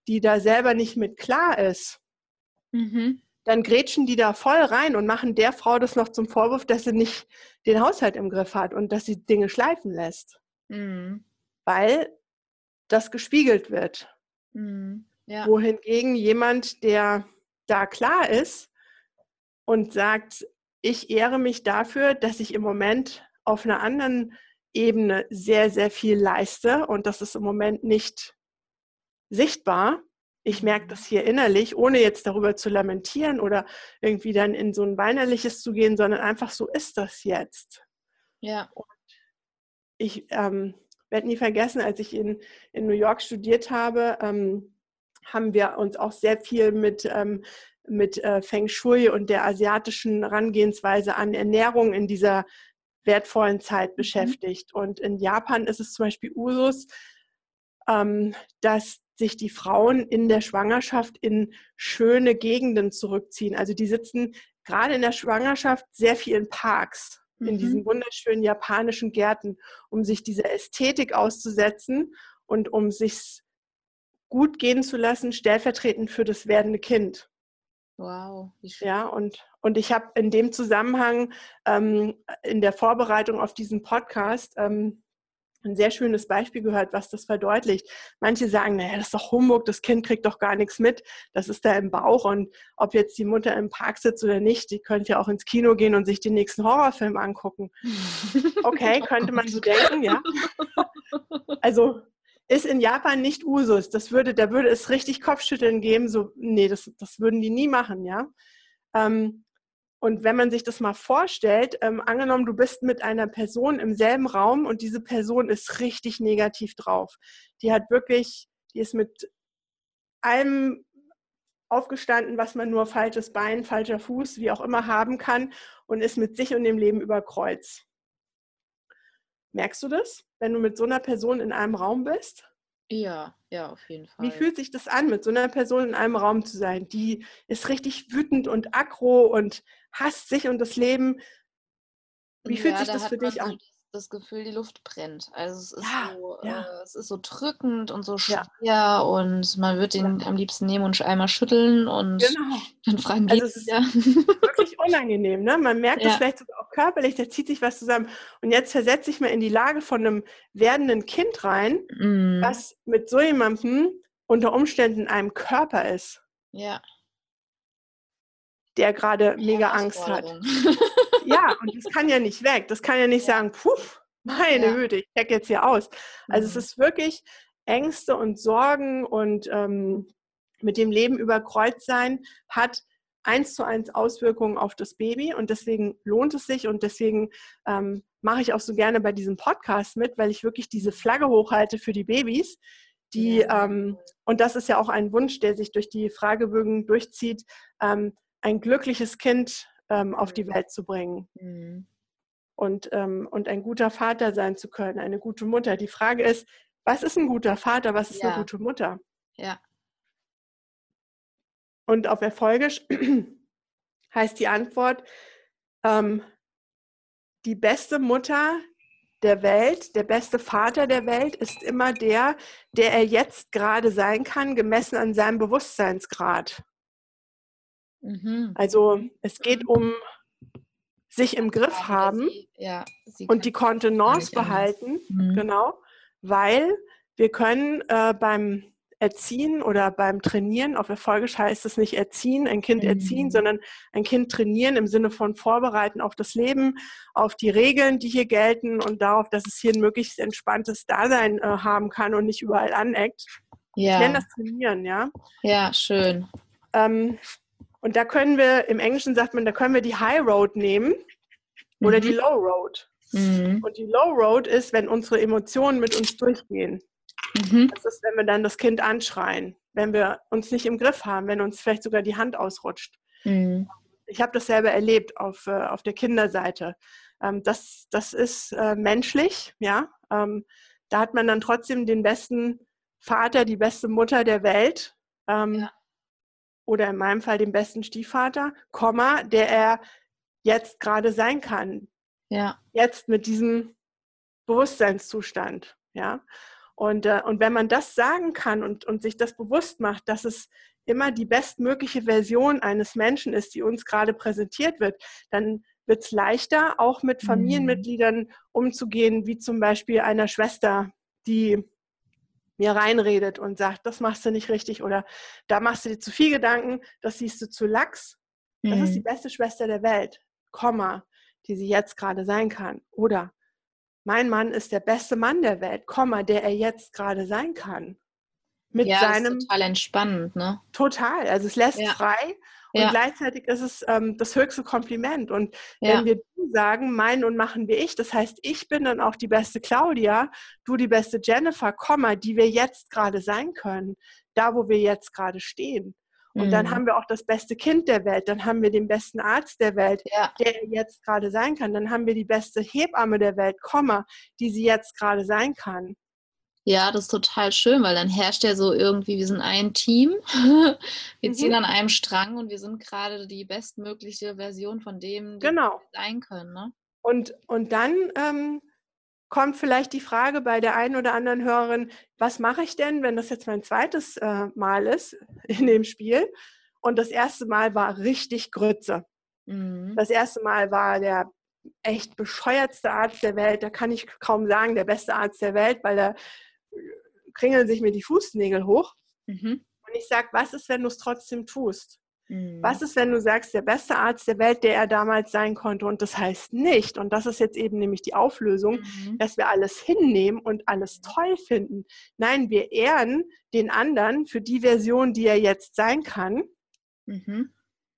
S2: die da selber nicht mit klar ist,
S1: Mhm.
S2: dann grätschen die da voll rein und machen der Frau das noch zum Vorwurf, dass sie nicht den Haushalt im Griff hat und dass sie Dinge schleifen lässt,
S1: Mhm.
S2: weil das gespiegelt wird.
S1: Mhm. Ja.
S2: Wohingegen jemand, der da klar ist und sagt, ich ehre mich dafür, dass ich im Moment auf einer anderen Ebene sehr, sehr viel leiste und das ist im Moment nicht sichtbar. Ich merke das hier innerlich, ohne jetzt darüber zu lamentieren oder irgendwie dann in so ein Weinerliches zu gehen, sondern einfach so ist das jetzt.
S1: Ja.
S2: Und ich ähm, werde nie vergessen, als ich in, in New York studiert habe, ähm, haben wir uns auch sehr viel mit, ähm, mit äh, Feng Shui und der asiatischen Herangehensweise an Ernährung in dieser wertvollen Zeit beschäftigt. Mhm. Und in Japan ist es zum Beispiel Usus, ähm, dass sich die Frauen in der Schwangerschaft in schöne Gegenden zurückziehen. Also die sitzen gerade in der Schwangerschaft sehr viel in Parks, mhm. in diesen wunderschönen japanischen Gärten, um sich dieser Ästhetik auszusetzen und um sich gut gehen zu lassen, stellvertretend für das werdende Kind.
S1: Wow, wie schön.
S2: Ja, und, und ich habe in dem Zusammenhang ähm, in der Vorbereitung auf diesen Podcast ähm, ein sehr schönes Beispiel gehört, was das verdeutlicht. Manche sagen, naja, das ist doch Humbug, das Kind kriegt doch gar nichts mit, das ist da im Bauch und ob jetzt die Mutter im Park sitzt oder nicht, die könnte ja auch ins Kino gehen und sich den nächsten Horrorfilm angucken. Okay, könnte man so denken, ja. Also ist in Japan nicht Usus. Das würde, da würde es richtig Kopfschütteln geben, so, nee, das, das würden die nie machen, ja. Ähm, Und wenn man sich das mal vorstellt, ähm, angenommen, du bist mit einer Person im selben Raum und diese Person ist richtig negativ drauf. Die hat wirklich, die ist mit allem aufgestanden, was man nur falsches Bein, falscher Fuß, wie auch immer haben kann und ist mit sich und dem Leben über Kreuz. Merkst du das, wenn du mit so einer Person in einem Raum bist?
S1: Ja, ja, auf jeden Fall.
S2: Wie fühlt sich das an, mit so einer Person in einem Raum zu sein? Die ist richtig wütend und aggro und hasst sich und das Leben. Wie fühlt
S1: Ja,
S2: sich
S1: da
S2: das
S1: hat
S2: für
S1: man
S2: dich
S1: so
S2: an?
S1: das, das Gefühl, die Luft brennt. Also es ist
S2: Ja,
S1: so,
S2: ja,
S1: äh, es ist so drückend und so
S2: ja,
S1: schwer und man wird
S2: ja,
S1: ihn am liebsten nehmen und einmal schütteln und
S2: genau.
S1: dann fragen,
S2: Also
S1: geht's
S2: es ist
S1: wieder?
S2: wirklich unangenehm, ne? Man merkt es
S1: Ja.
S2: vielleicht sogar auch körperlich, da zieht sich was zusammen. Und jetzt versetze ich mal in die Lage von einem werdenden Kind rein,
S1: Mm.
S2: was mit so jemandem unter Umständen in einem Körper ist,
S1: Ja.
S2: der gerade mega Angst hat.
S1: Herausforderung.
S2: Ja, und das kann ja nicht weg. Das kann ja nicht
S1: Ja.
S2: sagen, puh, meine
S1: Ja.
S2: Güte, ich check jetzt hier aus. Also
S1: Mhm.
S2: es ist wirklich Ängste und Sorgen und ähm, mit dem Leben überkreuzt sein hat eins zu eins Auswirkungen auf das Baby und deswegen lohnt es sich und deswegen ähm, mache ich auch so gerne bei diesem Podcast mit, weil ich wirklich diese Flagge hochhalte für die Babys, die,
S1: Ja.
S2: ähm, und das ist ja auch ein Wunsch, der sich durch die Fragebögen durchzieht, ähm, ein glückliches Kind ähm, auf die Welt zu bringen.
S1: Mhm.
S2: Und, ähm, und ein guter Vater sein zu können, eine gute Mutter. Die Frage ist, was ist ein guter Vater, was ist
S1: Ja.
S2: eine gute Mutter?
S1: Ja.
S2: Und auf Erfolgisch heißt die Antwort, ähm, die beste Mutter der Welt, der beste Vater der Welt ist immer der, der er jetzt gerade sein kann, gemessen an seinem Bewusstseinsgrad.
S1: Mhm.
S2: Also es geht um sich im Griff
S1: Haben oder
S2: haben
S1: sie, ja, sie
S2: und die
S1: kann gar
S2: Kontenance
S1: nicht anders.
S2: behalten,
S1: Mhm.
S2: genau, weil wir können äh, beim Erziehen oder beim Trainieren, auf Erfolgisch heißt es nicht erziehen, ein Kind erziehen,
S1: Mhm.
S2: sondern ein Kind trainieren im Sinne von vorbereiten auf das Leben, auf die Regeln, die hier gelten und darauf, dass es hier ein möglichst entspanntes Dasein äh, haben kann und nicht überall aneckt.
S1: Ja.
S2: Ich nenne das Trainieren, ja.
S1: Ja, schön.
S2: Ähm, und da können wir, im Englischen sagt man, da können wir die High Road nehmen oder
S1: Mhm.
S2: die Low Road.
S1: Mhm.
S2: Und die Low Road ist, wenn unsere Emotionen mit uns durchgehen.
S1: Mhm.
S2: Das ist, wenn wir dann das Kind anschreien, wenn wir uns nicht im Griff haben, wenn uns vielleicht sogar die Hand ausrutscht.
S1: Mhm.
S2: Ich habe das selber erlebt auf, äh, auf der Kinderseite. Ähm, das, das ist äh, menschlich, ja. Ähm, da hat man dann trotzdem den besten Vater, die beste Mutter der Welt. Ähm,
S1: Ja.
S2: Oder in meinem Fall den besten Stiefvater, Komma, der er jetzt gerade sein kann.
S1: Ja.
S2: Jetzt mit diesem Bewusstseinszustand, ja. Und, äh, und wenn man das sagen kann und, und sich das bewusst macht, dass es immer die bestmögliche Version eines Menschen ist, die uns gerade präsentiert wird, dann wird es leichter, auch mit Familienmitgliedern umzugehen, wie zum Beispiel einer Schwester, die mir reinredet und sagt, das machst du nicht richtig oder da machst du dir zu viel Gedanken, das siehst du zu lax. Das ist die beste Schwester der Welt, Komma, die sie jetzt gerade sein kann. Oder mein Mann ist der beste Mann der Welt, Komma, der er jetzt gerade sein kann. Mit
S1: Ja, das ist
S2: seinem,
S1: total entspannend, ne?
S2: total, also es lässt
S1: Ja.
S2: frei und
S1: Ja.
S2: gleichzeitig ist es ähm, das höchste Kompliment. Und
S1: Ja.
S2: wenn wir du sagen, meinen und machen wir ich, das heißt, ich bin dann auch die beste Claudia, du die beste Jennifer, Komma, die wir jetzt gerade sein können, da wo wir jetzt gerade stehen. Und
S1: Mhm.
S2: dann haben wir auch das beste Kind der Welt, dann haben wir den besten Arzt der Welt,
S1: Ja.
S2: der jetzt gerade sein kann. Dann haben wir die beste Hebamme der Welt, Komma, die sie jetzt gerade sein kann.
S1: Ja, das ist total schön, weil dann herrscht ja so irgendwie, wir sind ein Team, wir
S2: Mhm.
S1: ziehen an einem Strang und wir sind gerade die bestmögliche Version von dem, die
S2: Genau.
S1: wir sein können, ne?
S2: Und, und dann ähm, kommt vielleicht die Frage bei der einen oder anderen Hörerin, was mache ich denn, wenn das jetzt mein zweites äh, Mal ist in dem Spiel? Und das erste Mal war richtig Grütze.
S1: Mhm.
S2: Das erste Mal war der echt bescheuertste Arzt der Welt. Da kann ich kaum sagen, der beste Arzt der Welt, weil da kringeln sich mir die Fußnägel hoch.
S1: Mhm.
S2: Und ich sage, was ist, wenn du es trotzdem tust?
S1: Mhm.
S2: Was ist, wenn du sagst, der beste Arzt der Welt, der er damals sein konnte? Und das heißt nicht, und das ist jetzt eben nämlich die Auflösung,
S1: Mhm.
S2: dass wir alles hinnehmen und alles toll finden. Nein, wir ehren den anderen für die Version, die er jetzt sein kann.
S1: Mhm.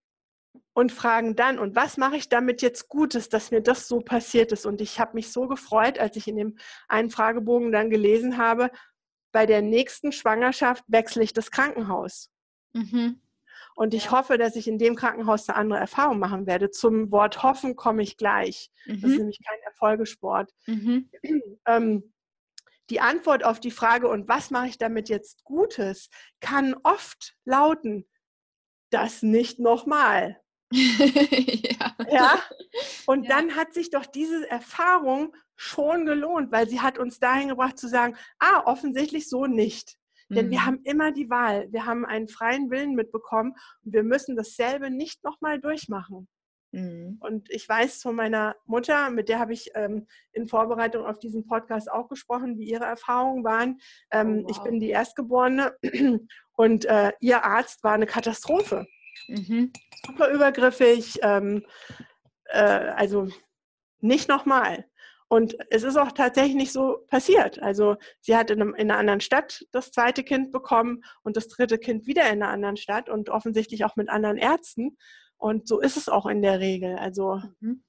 S2: Und fragen dann, und was mache ich damit jetzt Gutes, dass mir das so passiert ist? Und ich habe mich so gefreut, als ich in dem einen Fragebogen dann gelesen habe, bei der nächsten Schwangerschaft wechsle ich das Krankenhaus.
S1: Mhm.
S2: Und ich
S1: Ja.
S2: hoffe, dass ich in dem Krankenhaus eine andere Erfahrung machen werde. Zum Wort hoffen komme ich gleich.
S1: Mhm.
S2: Das ist nämlich kein Erfolgesport.
S1: Mhm.
S2: Ähm, die Antwort auf die Frage, und was mache ich damit jetzt Gutes, kann oft lauten, das nicht nochmal.
S1: Ja.
S2: Ja? Und
S1: Ja.
S2: dann hat sich doch diese Erfahrung schon gelohnt, weil sie hat uns dahin gebracht zu sagen, ah, offensichtlich so nicht. Denn wir
S1: Mhm.
S2: haben immer die Wahl. Wir haben einen freien Willen mitbekommen und wir müssen dasselbe nicht nochmal durchmachen.
S1: Mhm.
S2: Und ich weiß von meiner Mutter, mit der habe ich ähm, in Vorbereitung auf diesen Podcast auch gesprochen, wie ihre Erfahrungen waren. Ähm,
S1: Oh, wow.
S2: Ich bin die Erstgeborene und äh, ihr Arzt war eine Katastrophe.
S1: Mhm.
S2: Super übergriffig, ähm, äh, also nicht nochmal. Und es ist auch tatsächlich nicht so passiert. Also sie hat in, einem, in einer anderen Stadt das zweite Kind bekommen und das dritte Kind wieder in einer anderen Stadt und offensichtlich auch mit anderen Ärzten. Und so ist es auch in der Regel. Also
S1: Mhm.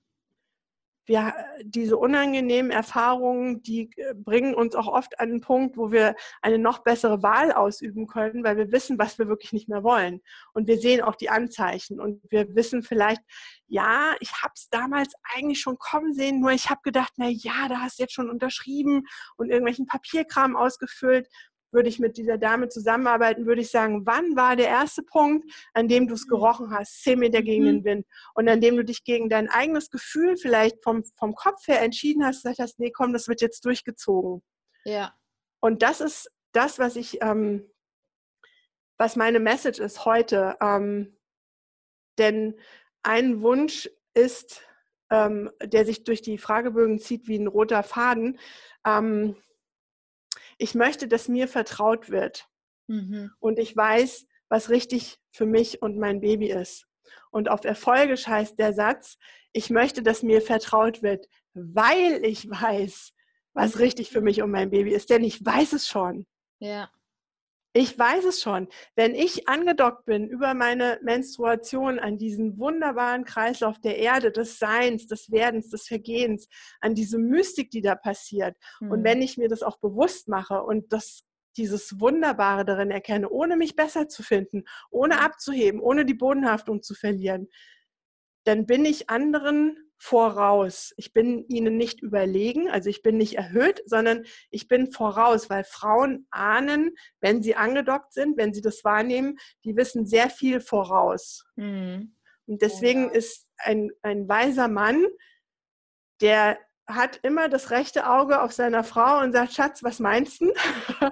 S2: wir, diese unangenehmen Erfahrungen, die bringen uns auch oft an einen Punkt, wo wir eine noch bessere Wahl ausüben können, weil wir wissen, was wir wirklich nicht mehr wollen. Und wir sehen auch die Anzeichen und wir wissen vielleicht, ja, ich habe es damals eigentlich schon kommen sehen, nur ich habe gedacht, na ja, da hast du jetzt schon unterschrieben und irgendwelchen Papierkram ausgefüllt. Würde ich mit dieser Dame zusammenarbeiten, würde ich sagen, wann war der erste Punkt, an dem du es gerochen hast, zehn Meter gegen den Wind und an dem du dich gegen dein eigenes Gefühl vielleicht vom, vom Kopf her entschieden hast, gesagt hast, nee, komm, das wird jetzt durchgezogen.
S1: Ja.
S2: Und das ist das, was ich, ähm, was meine Message ist heute. Ähm, denn ein Wunsch ist, ähm, der sich durch die Fragebögen zieht wie ein roter Faden, ähm, ich möchte, dass mir vertraut wird.
S1: Mhm.
S2: Und ich weiß, was richtig für mich und mein Baby ist. Und auf Erfolgisch heißt der Satz, ich möchte, dass mir vertraut wird, weil ich weiß, was richtig für mich und mein Baby ist. Denn ich weiß es schon.
S1: Ja.
S2: Ich weiß es schon. Wenn ich angedockt bin über meine Menstruation an diesen wunderbaren Kreislauf der Erde, des Seins, des Werdens, des Vergehens, an diese Mystik, die da passiert.
S1: Mhm.
S2: Und wenn ich mir das auch bewusst mache und das, dieses Wunderbare darin erkenne, ohne mich besser zu finden, ohne
S1: Ja.
S2: abzuheben, ohne die Bodenhaftung zu verlieren, dann bin ich anderen voraus. Ich bin ihnen nicht überlegen, also ich bin nicht erhöht, sondern ich bin voraus, weil Frauen ahnen, wenn sie angedockt sind, wenn sie das wahrnehmen, die wissen sehr viel voraus.
S1: Mhm.
S2: Und deswegen
S1: Oh, ja.
S2: ist ein, ein weiser Mann, der hat immer das rechte Auge auf seiner Frau und sagt, Schatz, was meinst du?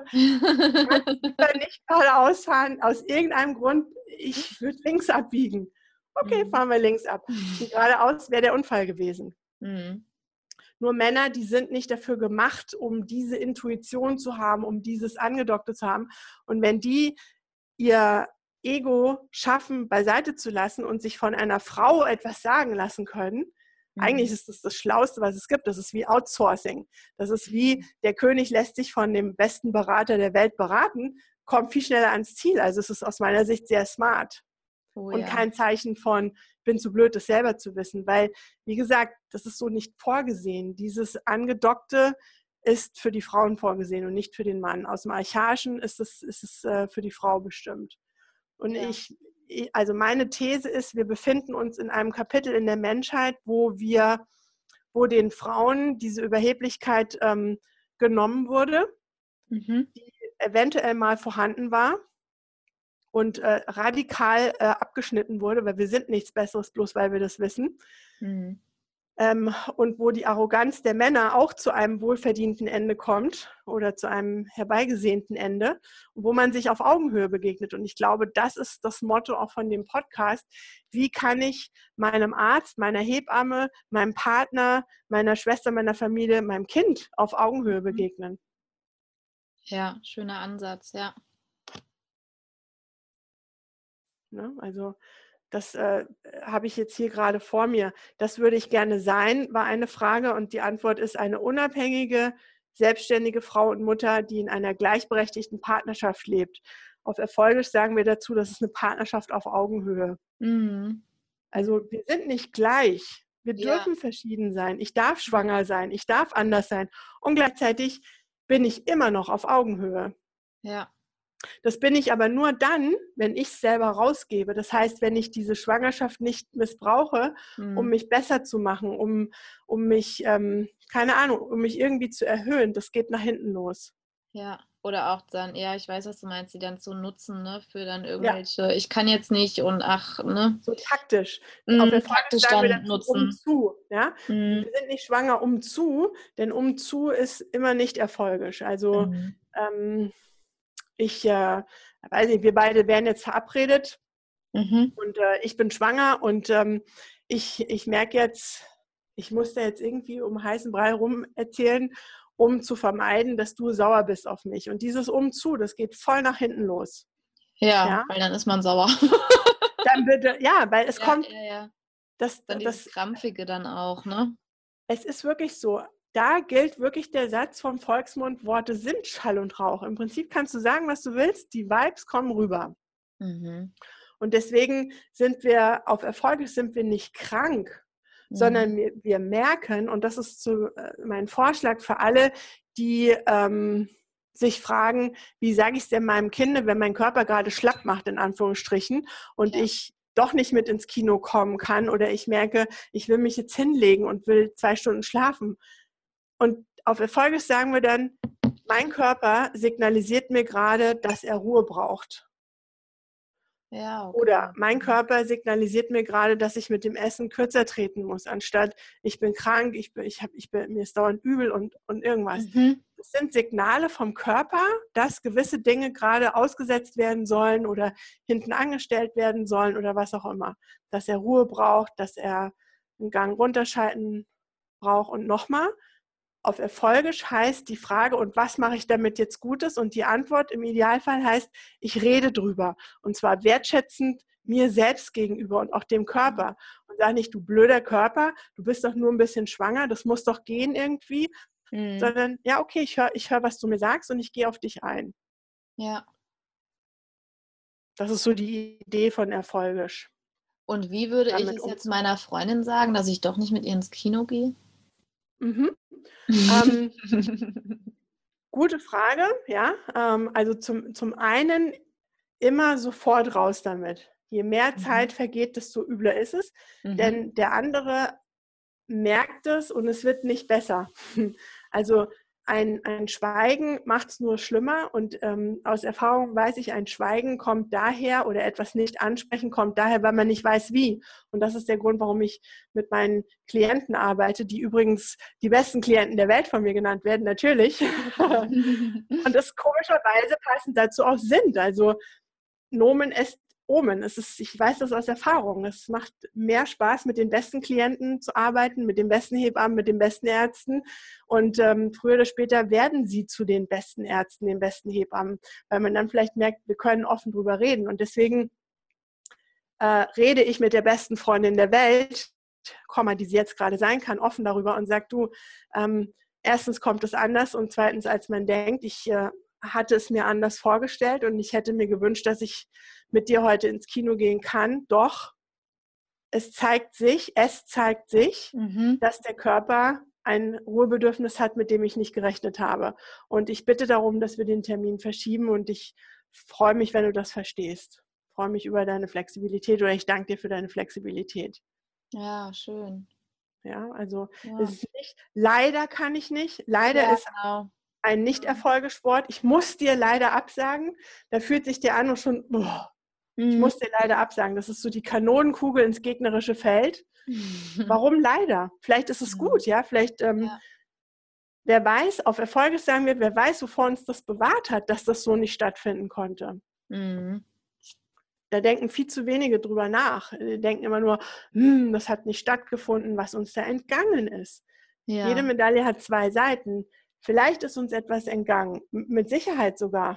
S2: Nicht geradeaus fahren, aus irgendeinem Grund, ich würde links abbiegen. Okay,
S1: Mhm.
S2: fahren wir links ab. Und geradeaus wäre der Unfall gewesen.
S1: Mhm.
S2: Nur Männer, die sind nicht dafür gemacht, um diese Intuition zu haben, um dieses Angedockte zu haben. Und wenn die ihr Ego schaffen, beiseite zu lassen und sich von einer Frau etwas sagen lassen können,
S1: Mhm.
S2: eigentlich ist das das Schlauste, was es gibt. Das ist wie Outsourcing. Das ist wie, der König lässt sich von dem besten Berater der Welt beraten, kommt viel schneller ans Ziel. Also es ist aus meiner Sicht sehr smart.
S1: Oh,
S2: Und
S1: ja.
S2: kein Zeichen von, ich bin zu blöd, das selber zu wissen. Weil, wie gesagt, das ist so nicht vorgesehen. Dieses Angedockte ist für die Frauen vorgesehen und nicht für den Mann. Aus dem Archaischen ist es, ist es äh, für die Frau bestimmt. Und
S1: Ja.
S2: ich, also meine These ist, wir befinden uns in einem Kapitel in der Menschheit, wo wir, wo den Frauen diese Überheblichkeit ähm, genommen wurde,
S1: Mhm.
S2: die eventuell mal vorhanden war und äh, radikal äh, abgeschnitten wurde, weil wir sind nichts Besseres, bloß weil wir das wissen.
S1: Mhm.
S2: Ähm, und wo die Arroganz der Männer auch zu einem wohlverdienten Ende kommt oder zu einem herbeigesehnten Ende, wo man sich auf Augenhöhe begegnet. Und ich glaube, das ist das Motto auch von dem Podcast. Wie kann ich meinem Arzt, meiner Hebamme, meinem Partner, meiner Schwester, meiner Familie, meinem Kind auf Augenhöhe begegnen?
S1: Ja, schöner Ansatz, ja.
S2: Ne? Also das äh, habe ich jetzt hier gerade vor mir. Das würde ich gerne sein, war eine Frage. Und die Antwort ist eine unabhängige, selbstständige Frau und Mutter, die in einer gleichberechtigten Partnerschaft lebt. Auf Erfolgisch sagen wir dazu, das ist eine Partnerschaft auf Augenhöhe.
S1: Mhm.
S2: Also wir sind nicht gleich. Wir
S1: Ja.
S2: dürfen verschieden sein. Ich darf schwanger sein. Ich darf anders sein. Und gleichzeitig bin ich immer noch auf Augenhöhe.
S1: Ja.
S2: Das bin ich aber nur dann, wenn ich es selber rausgebe. Das heißt, wenn ich diese Schwangerschaft nicht missbrauche,
S1: Mhm.
S2: um mich besser zu machen, um, um mich, ähm, keine Ahnung, um mich irgendwie zu erhöhen. Das geht nach hinten los.
S1: Ja, oder auch dann, ja, ich weiß, was du meinst, die dann zu nutzen, ne, für dann
S2: Ja,
S1: irgendwelche, ich kann jetzt nicht und ach, ne,
S2: so taktisch. Auf
S1: mm,
S2: Erfolg
S1: taktisch
S2: sagen wir
S1: dann
S2: dazu um
S1: nutzen.
S2: zu. Ja?
S1: Mm,
S2: Wir sind nicht schwanger um zu, denn um zu ist immer nicht erfolgisch. Also
S1: mm,
S2: ähm, ich äh, weiß nicht, wir beide wären jetzt verabredet
S1: mhm.
S2: und äh, ich bin schwanger und ähm, ich, ich merke jetzt, ich muss da jetzt irgendwie um heißen Brei rum erzählen, um zu vermeiden, dass du sauer bist auf mich. Und dieses Umzu, das geht voll nach hinten los.
S1: Ja,
S2: Ja,
S1: weil dann ist man sauer.
S2: dann bitte, ja, weil es
S1: Ja,
S2: kommt,
S1: ja, ja.
S2: das,
S1: Dann dieses
S2: das,
S1: Krampfige dann auch, ne?
S2: es ist wirklich so. Da gilt wirklich der Satz vom Volksmund, Worte sind Schall und Rauch. Im Prinzip kannst du sagen, was du willst, die Vibes kommen rüber.
S1: Mhm.
S2: Und deswegen sind wir, auf Erfolg sind wir nicht krank,
S1: Mhm.
S2: sondern wir, wir merken, und das ist so, äh, mein Vorschlag für alle, die ähm, sich fragen, wie sage ich es denn meinem Kind, wenn mein Körper gerade schlapp macht, in Anführungsstrichen, und
S1: Ja.
S2: ich doch nicht mit ins Kino kommen kann oder ich merke, ich will mich jetzt hinlegen und will zwei Stunden schlafen. Und auf Erfolg sagen wir dann, mein Körper signalisiert mir gerade, dass er Ruhe braucht.
S1: Ja, okay.
S2: Oder mein Körper signalisiert mir gerade, dass ich mit dem Essen kürzer treten muss, anstatt ich bin krank, ich bin, ich hab, ich bin, mir ist dauernd übel und, und irgendwas.
S1: Mhm.
S2: Das sind Signale vom Körper, dass gewisse Dinge gerade ausgesetzt werden sollen oder hinten angestellt werden sollen oder was auch immer. Dass er Ruhe braucht, dass er einen Gang runterschalten braucht. Und nochmal, auf Erfolgisch heißt die Frage, und was mache ich damit jetzt Gutes? Und die Antwort im Idealfall heißt, ich rede drüber. Und zwar wertschätzend mir selbst gegenüber und auch dem Körper. Und sage nicht, du blöder Körper, du bist doch nur ein bisschen schwanger, das muss doch gehen irgendwie.
S1: Mhm.
S2: Sondern, ja, okay, ich höre, ich hör, was du mir sagst und ich gehe auf dich ein.
S1: Ja.
S2: Das ist so die Idee von Erfolgisch.
S1: Und wie würde ich
S2: Damit
S1: es jetzt
S2: umzugehen.
S1: meiner Freundin sagen, dass ich doch nicht mit ihr ins Kino gehe?
S2: Mhm. Ähm, gute Frage, ja. Ähm, also zum, zum einen immer sofort raus damit. Je mehr
S1: Mhm.
S2: Zeit vergeht, desto übler ist es.
S1: Mhm.
S2: Denn der andere merkt es und es wird nicht besser. Also ein, ein Schweigen macht es nur schlimmer und ähm, aus Erfahrung weiß ich, ein Schweigen kommt daher oder etwas nicht ansprechen kommt daher, weil man nicht weiß wie. Und das ist der Grund, warum ich mit meinen Klienten arbeite, die übrigens die besten Klienten der Welt von mir genannt werden, natürlich. Und das komischerweise passend dazu auch sind. Also Nomen est Omen. Es ist, ich weiß das aus Erfahrung. Es macht mehr Spaß, mit den besten Klienten zu arbeiten, mit den besten Hebammen, mit den besten Ärzten. Und ähm, früher oder später werden sie zu den besten Ärzten, den besten Hebammen, weil man dann vielleicht merkt, wir können offen drüber reden. Und deswegen äh, rede ich mit der besten Freundin der Welt, Komma, die sie jetzt gerade sein kann, offen darüber und sage, du, ähm, erstens kommt es anders und zweitens, als man denkt. Ich äh, hatte es mir anders vorgestellt und ich hätte mir gewünscht, dass ich mit dir heute ins Kino gehen kann. Doch es zeigt sich, es zeigt sich, mhm. dass der Körper ein Ruhebedürfnis hat, mit dem ich nicht gerechnet habe. Und ich bitte darum, dass wir den Termin verschieben und ich freue mich, wenn du das verstehst. Ich freue mich über deine Flexibilität oder ich danke dir für deine Flexibilität.
S1: Ja, schön.
S2: Ja, also ja. Es ist nicht, leider kann ich nicht, leider
S1: ja,
S2: ist
S1: genau.
S2: ein Nicht-Erfolgesport. Ich muss dir leider absagen. Da fühlt sich der an und schon, boah, mhm. ich muss dir leider absagen. Das ist so die Kanonenkugel ins gegnerische Feld. Warum leider? Vielleicht ist es gut, ja. Vielleicht, ähm, ja. wer weiß, auf Erfolge sagen wir, wer weiß, wovor uns das bewahrt hat, dass das so nicht stattfinden konnte. Mhm. Da denken viel zu wenige drüber nach. Die denken immer nur, hm, das hat nicht stattgefunden, was uns da entgangen ist. Ja. Jede Medaille hat zwei Seiten. Vielleicht ist uns etwas entgangen, mit Sicherheit sogar.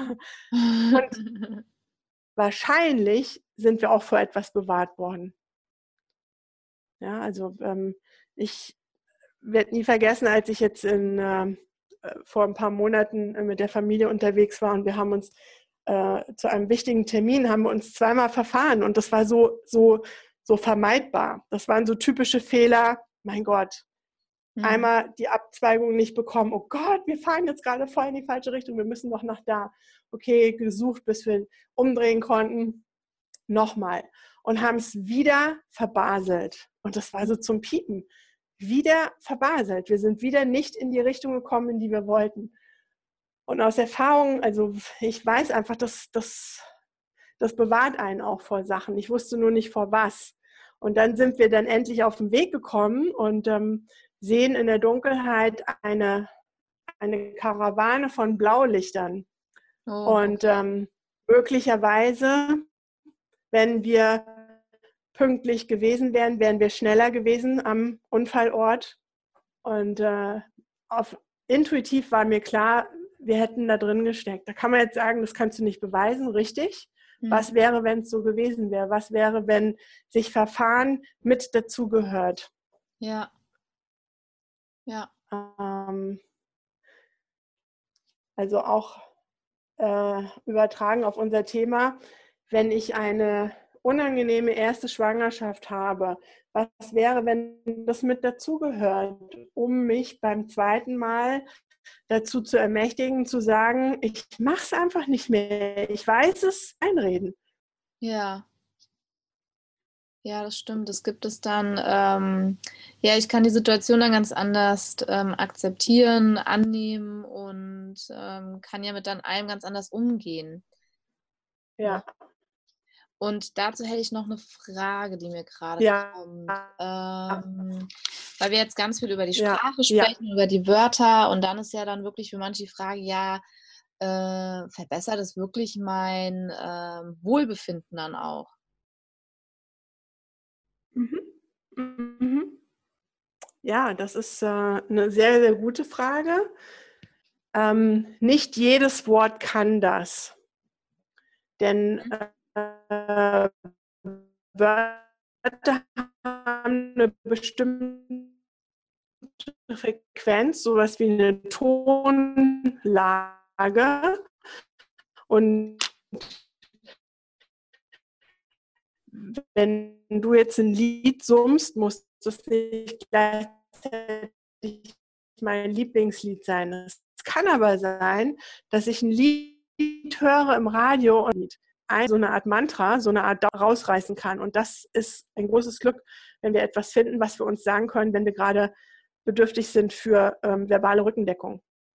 S2: Und wahrscheinlich sind wir auch vor etwas bewahrt worden. Ja, also ähm, ich werde nie vergessen, als ich jetzt in, äh, vor ein paar Monaten mit der Familie unterwegs war und wir haben uns äh, zu einem wichtigen Termin, haben wir uns zweimal verfahren und das war so, so, so vermeidbar. Das waren so typische Fehler, mein Gott. Mhm. Einmal die Abzweigung nicht bekommen, oh Gott, wir fahren jetzt gerade voll in die falsche Richtung, wir müssen noch nach da. Okay, gesucht, bis wir umdrehen konnten. Nochmal. Und haben es wieder verbaselt. Und das war so zum Piepen. Wieder verbaselt. Wir sind wieder nicht in die Richtung gekommen, in die wir wollten. Und aus Erfahrung, also ich weiß einfach, dass das, das bewahrt einen auch vor Sachen. Ich wusste nur nicht vor was. Und dann sind wir dann endlich auf den Weg gekommen und ähm, sehen in der Dunkelheit eine, eine Karawane von Blaulichtern. Oh. Und ähm, möglicherweise, wenn wir pünktlich gewesen wären, wären wir schneller gewesen am Unfallort. Und äh, auf, intuitiv war mir klar, wir hätten da drin gesteckt. Da kann man jetzt sagen, das kannst du nicht beweisen, richtig? Mhm. Was wäre, wenn es so gewesen wäre? Was wäre, wenn sich Verfahren mit dazugehört?
S1: Ja. Ja.
S2: Ähm, also auch äh, übertragen auf unser Thema, wenn ich eine unangenehme erste Schwangerschaft habe, was wäre, wenn das mit dazugehört, um mich beim zweiten Mal dazu zu ermächtigen, zu sagen, ich mache es einfach nicht mehr, ich weiß es, einreden.
S1: Ja. Ja, das stimmt. Das gibt es dann, ähm, ja, ich kann die Situation dann ganz anders ähm, akzeptieren, annehmen und ähm, kann ja mit dann allem ganz anders umgehen.
S2: Ja.
S1: Und dazu hätte ich noch eine Frage, die mir gerade
S2: ja.
S1: kommt. Ähm, weil wir jetzt ganz viel über die Sprache
S2: ja.
S1: sprechen,
S2: ja.
S1: über die Wörter und dann ist ja dann wirklich für manche die Frage, ja, äh, verbessert es wirklich mein äh, Wohlbefinden dann auch?
S2: Mhm. Mhm. Ja, das ist äh, eine sehr, sehr gute Frage. Ähm, nicht jedes Wort kann das. Denn äh, Wörter haben eine bestimmte Frequenz, sowas wie eine Tonlage. Und wenn du jetzt ein Lied summst, muss das nicht gleichzeitig mein Lieblingslied sein. Es kann aber sein, dass ich ein Lied höre im Radio und so eine Art Mantra, so eine Art rausreißen kann. Und das ist ein großes Glück, wenn wir etwas finden, was wir uns sagen können, wenn wir gerade bedürftig sind für ähm, verbale Rückendeckung.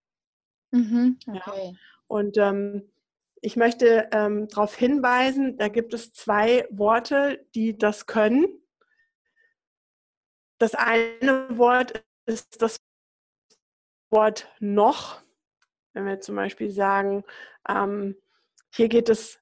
S1: Mhm.
S2: Okay. Ja? Und ähm, ich möchte ähm, darauf hinweisen, da gibt es zwei Worte, die das können. Das eine Wort ist das Wort noch. Wenn wir zum Beispiel sagen, ähm, hier geht es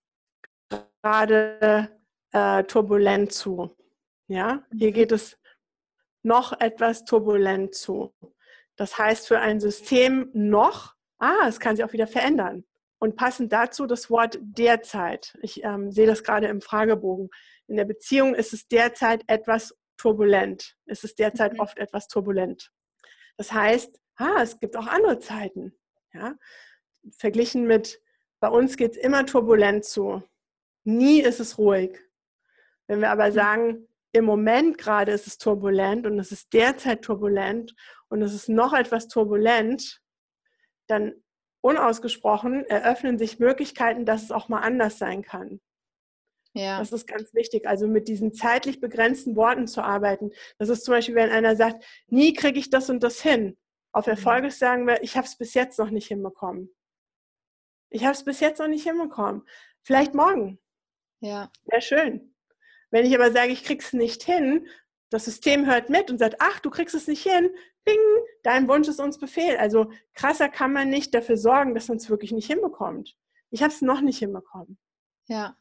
S2: gerade äh, turbulent zu. Ja? Hier
S1: Mhm.
S2: geht es noch etwas turbulent zu. Das heißt für ein System noch, ah, es kann sich auch wieder verändern. Und passend dazu das Wort derzeit. Ich ähm, sehe das gerade im Fragebogen. In der Beziehung ist es derzeit etwas turbulent. Es ist derzeit
S1: Mhm.
S2: oft etwas turbulent. Das heißt, ah, es gibt auch andere Zeiten. Ja? Verglichen mit, bei uns geht es immer turbulent zu. Nie ist es ruhig. Wenn wir aber sagen, im Moment gerade ist es turbulent und es ist derzeit turbulent und es ist noch etwas turbulent, dann unausgesprochen eröffnen sich Möglichkeiten, dass es auch mal anders sein kann. Ja. Das ist ganz wichtig, also mit diesen zeitlich begrenzten Worten zu arbeiten. Das ist zum Beispiel, wenn einer sagt, nie kriege ich das und das hin. Auf Erfolge sagen wir, ich habe es bis jetzt noch nicht hinbekommen. Ich habe es bis jetzt noch nicht hinbekommen. Vielleicht morgen.
S1: Ja.
S2: Wäre schön. Wenn ich aber sage, ich krieg's nicht hin, das System hört mit und sagt, ach, du kriegst es nicht hin, bing, dein Wunsch ist uns Befehl. Also krasser kann man nicht dafür sorgen, dass man es wirklich nicht hinbekommt. Ich habe es noch nicht hinbekommen.
S1: Ja,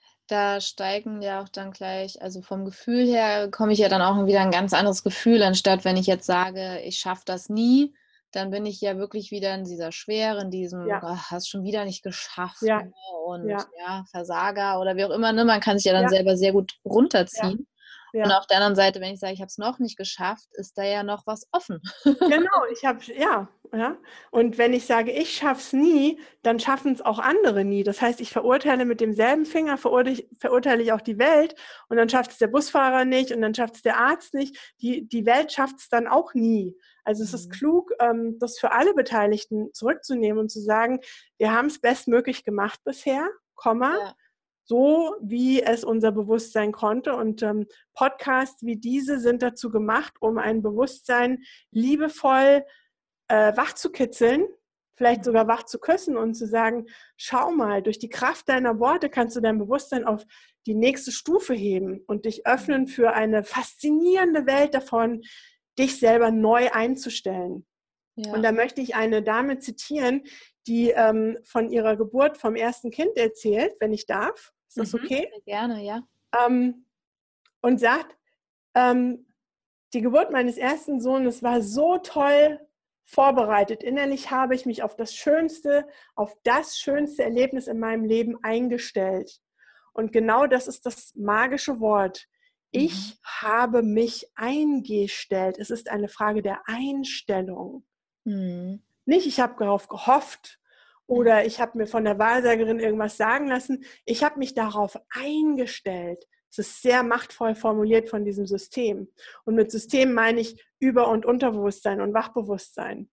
S1: da steigen ja auch dann gleich, also vom Gefühl her komme ich ja dann auch wieder ein ganz anderes Gefühl, anstatt wenn ich jetzt sage, ich schaffe das nie, dann bin ich ja wirklich wieder in dieser Schwere, in diesem,
S2: Ja.
S1: ach, hast schon wieder nicht geschafft,
S2: Ja.
S1: ne? Und
S2: Ja.
S1: ja, Versager oder wie auch immer, ne? Man kann sich ja dann
S2: Ja.
S1: selber sehr gut runterziehen.
S2: Ja.
S1: Und
S2: Ja.
S1: auf der anderen Seite, wenn ich sage, ich habe es noch nicht geschafft, ist da ja noch was offen.
S2: Genau, ich habe, ja, ja. Und wenn ich sage, ich schaff's nie, dann schaffen es auch andere nie. Das heißt, ich verurteile mit demselben Finger, verurteile, verurteile ich auch die Welt und dann schafft es der Busfahrer nicht und dann schafft es der Arzt nicht. Die, die Welt schafft es dann auch nie. Also es ist klug, ähm, das für alle Beteiligten zurückzunehmen und zu sagen, wir haben es bestmöglich gemacht bisher, Komma.
S1: Ja.
S2: So, wie es unser Bewusstsein konnte. Und ähm, Podcasts wie diese sind dazu gemacht, um ein Bewusstsein liebevoll äh, wach zu kitzeln, vielleicht
S1: Mhm.
S2: sogar wach zu küssen und zu sagen, schau mal, durch die Kraft deiner Worte kannst du dein Bewusstsein auf die nächste Stufe heben und dich öffnen für eine faszinierende Welt davon, dich selber neu einzustellen. Ja. Und da möchte ich eine Dame zitieren, die ähm, von ihrer Geburt vom ersten Kind erzählt, wenn ich darf. Ist das okay?
S1: Sehr gerne, ja.
S2: Ähm, und sagt, ähm, die Geburt meines ersten Sohnes war so toll vorbereitet. Innerlich habe ich mich auf das schönste, auf das schönste Erlebnis in meinem Leben eingestellt. Und genau das ist das magische Wort. Ich mhm. habe mich eingestellt. Es ist eine Frage der Einstellung. Mhm. Nicht, ich habe darauf gehofft oder ich habe mir von der Wahrsagerin irgendwas sagen lassen. Ich habe mich darauf eingestellt. Es ist sehr machtvoll formuliert von diesem System. Und mit System meine ich Über- und Unterbewusstsein und Wachbewusstsein.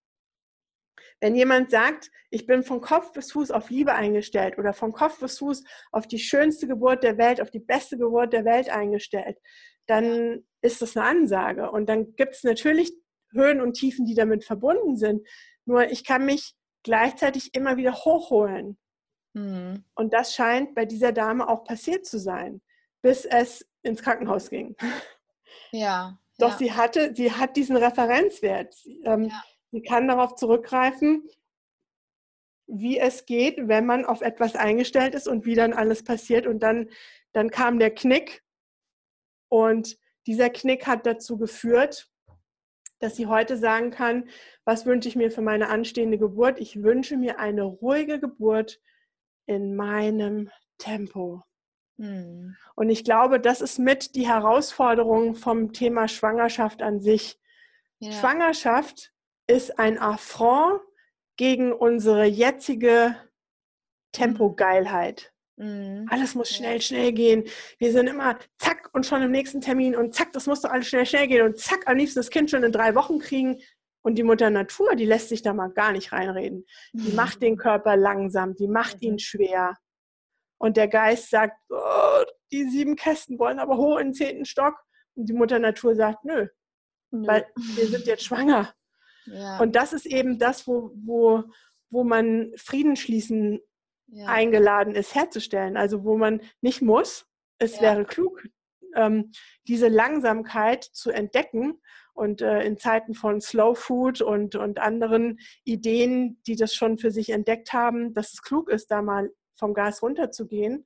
S2: Wenn jemand sagt, ich bin von Kopf bis Fuß auf Liebe eingestellt oder von Kopf bis Fuß auf die schönste Geburt der Welt, auf die beste Geburt der Welt eingestellt, dann ist das eine Ansage. Und dann gibt es natürlich Höhen und Tiefen, die damit verbunden sind. Nur ich kann mich gleichzeitig immer wieder hochholen. Mhm. Und das scheint bei dieser Dame auch passiert zu sein, bis es ins Krankenhaus ging.
S1: Ja.
S2: Doch
S1: ja.
S2: sie hatte, sie hat diesen Referenzwert. Ähm, ja. Sie kann darauf zurückgreifen, wie es geht, wenn man auf etwas eingestellt ist und wie dann alles passiert. Und dann, dann kam der Knick. Und dieser Knick hat dazu geführt, dass sie heute sagen kann, was wünsche ich mir für meine anstehende Geburt? Ich wünsche mir eine ruhige Geburt in meinem Tempo. Hm. Und ich glaube, das ist mit die Herausforderung vom Thema Schwangerschaft an sich. Ja. Schwangerschaft ist ein Affront gegen unsere jetzige Tempogeilheit. Mhm. Alles muss schnell, ja. schnell gehen. Wir sind immer zack und schon im nächsten Termin und zack, das muss doch alles schnell, schnell gehen und zack, am liebsten das Kind schon in drei Wochen kriegen. Und die Mutter Natur, die lässt sich da mal gar nicht reinreden. Die mhm. macht den Körper langsam, die macht mhm. ihn schwer. Und der Geist sagt, oh, die sieben Kästen wollen aber hoch in den zehnten Stock. Und die Mutter Natur sagt, nö, nö. Weil wir sind jetzt schwanger. Ja. Und das ist eben das, wo, wo, wo man Frieden schließen
S1: Ja.
S2: eingeladen ist, herzustellen. Also wo man nicht muss, es
S1: Ja.
S2: wäre klug, ähm, diese Langsamkeit zu entdecken. Und äh, in Zeiten von Slow Food und, und anderen Ideen, die das schon für sich entdeckt haben, dass es klug ist, da mal vom Gas runterzugehen,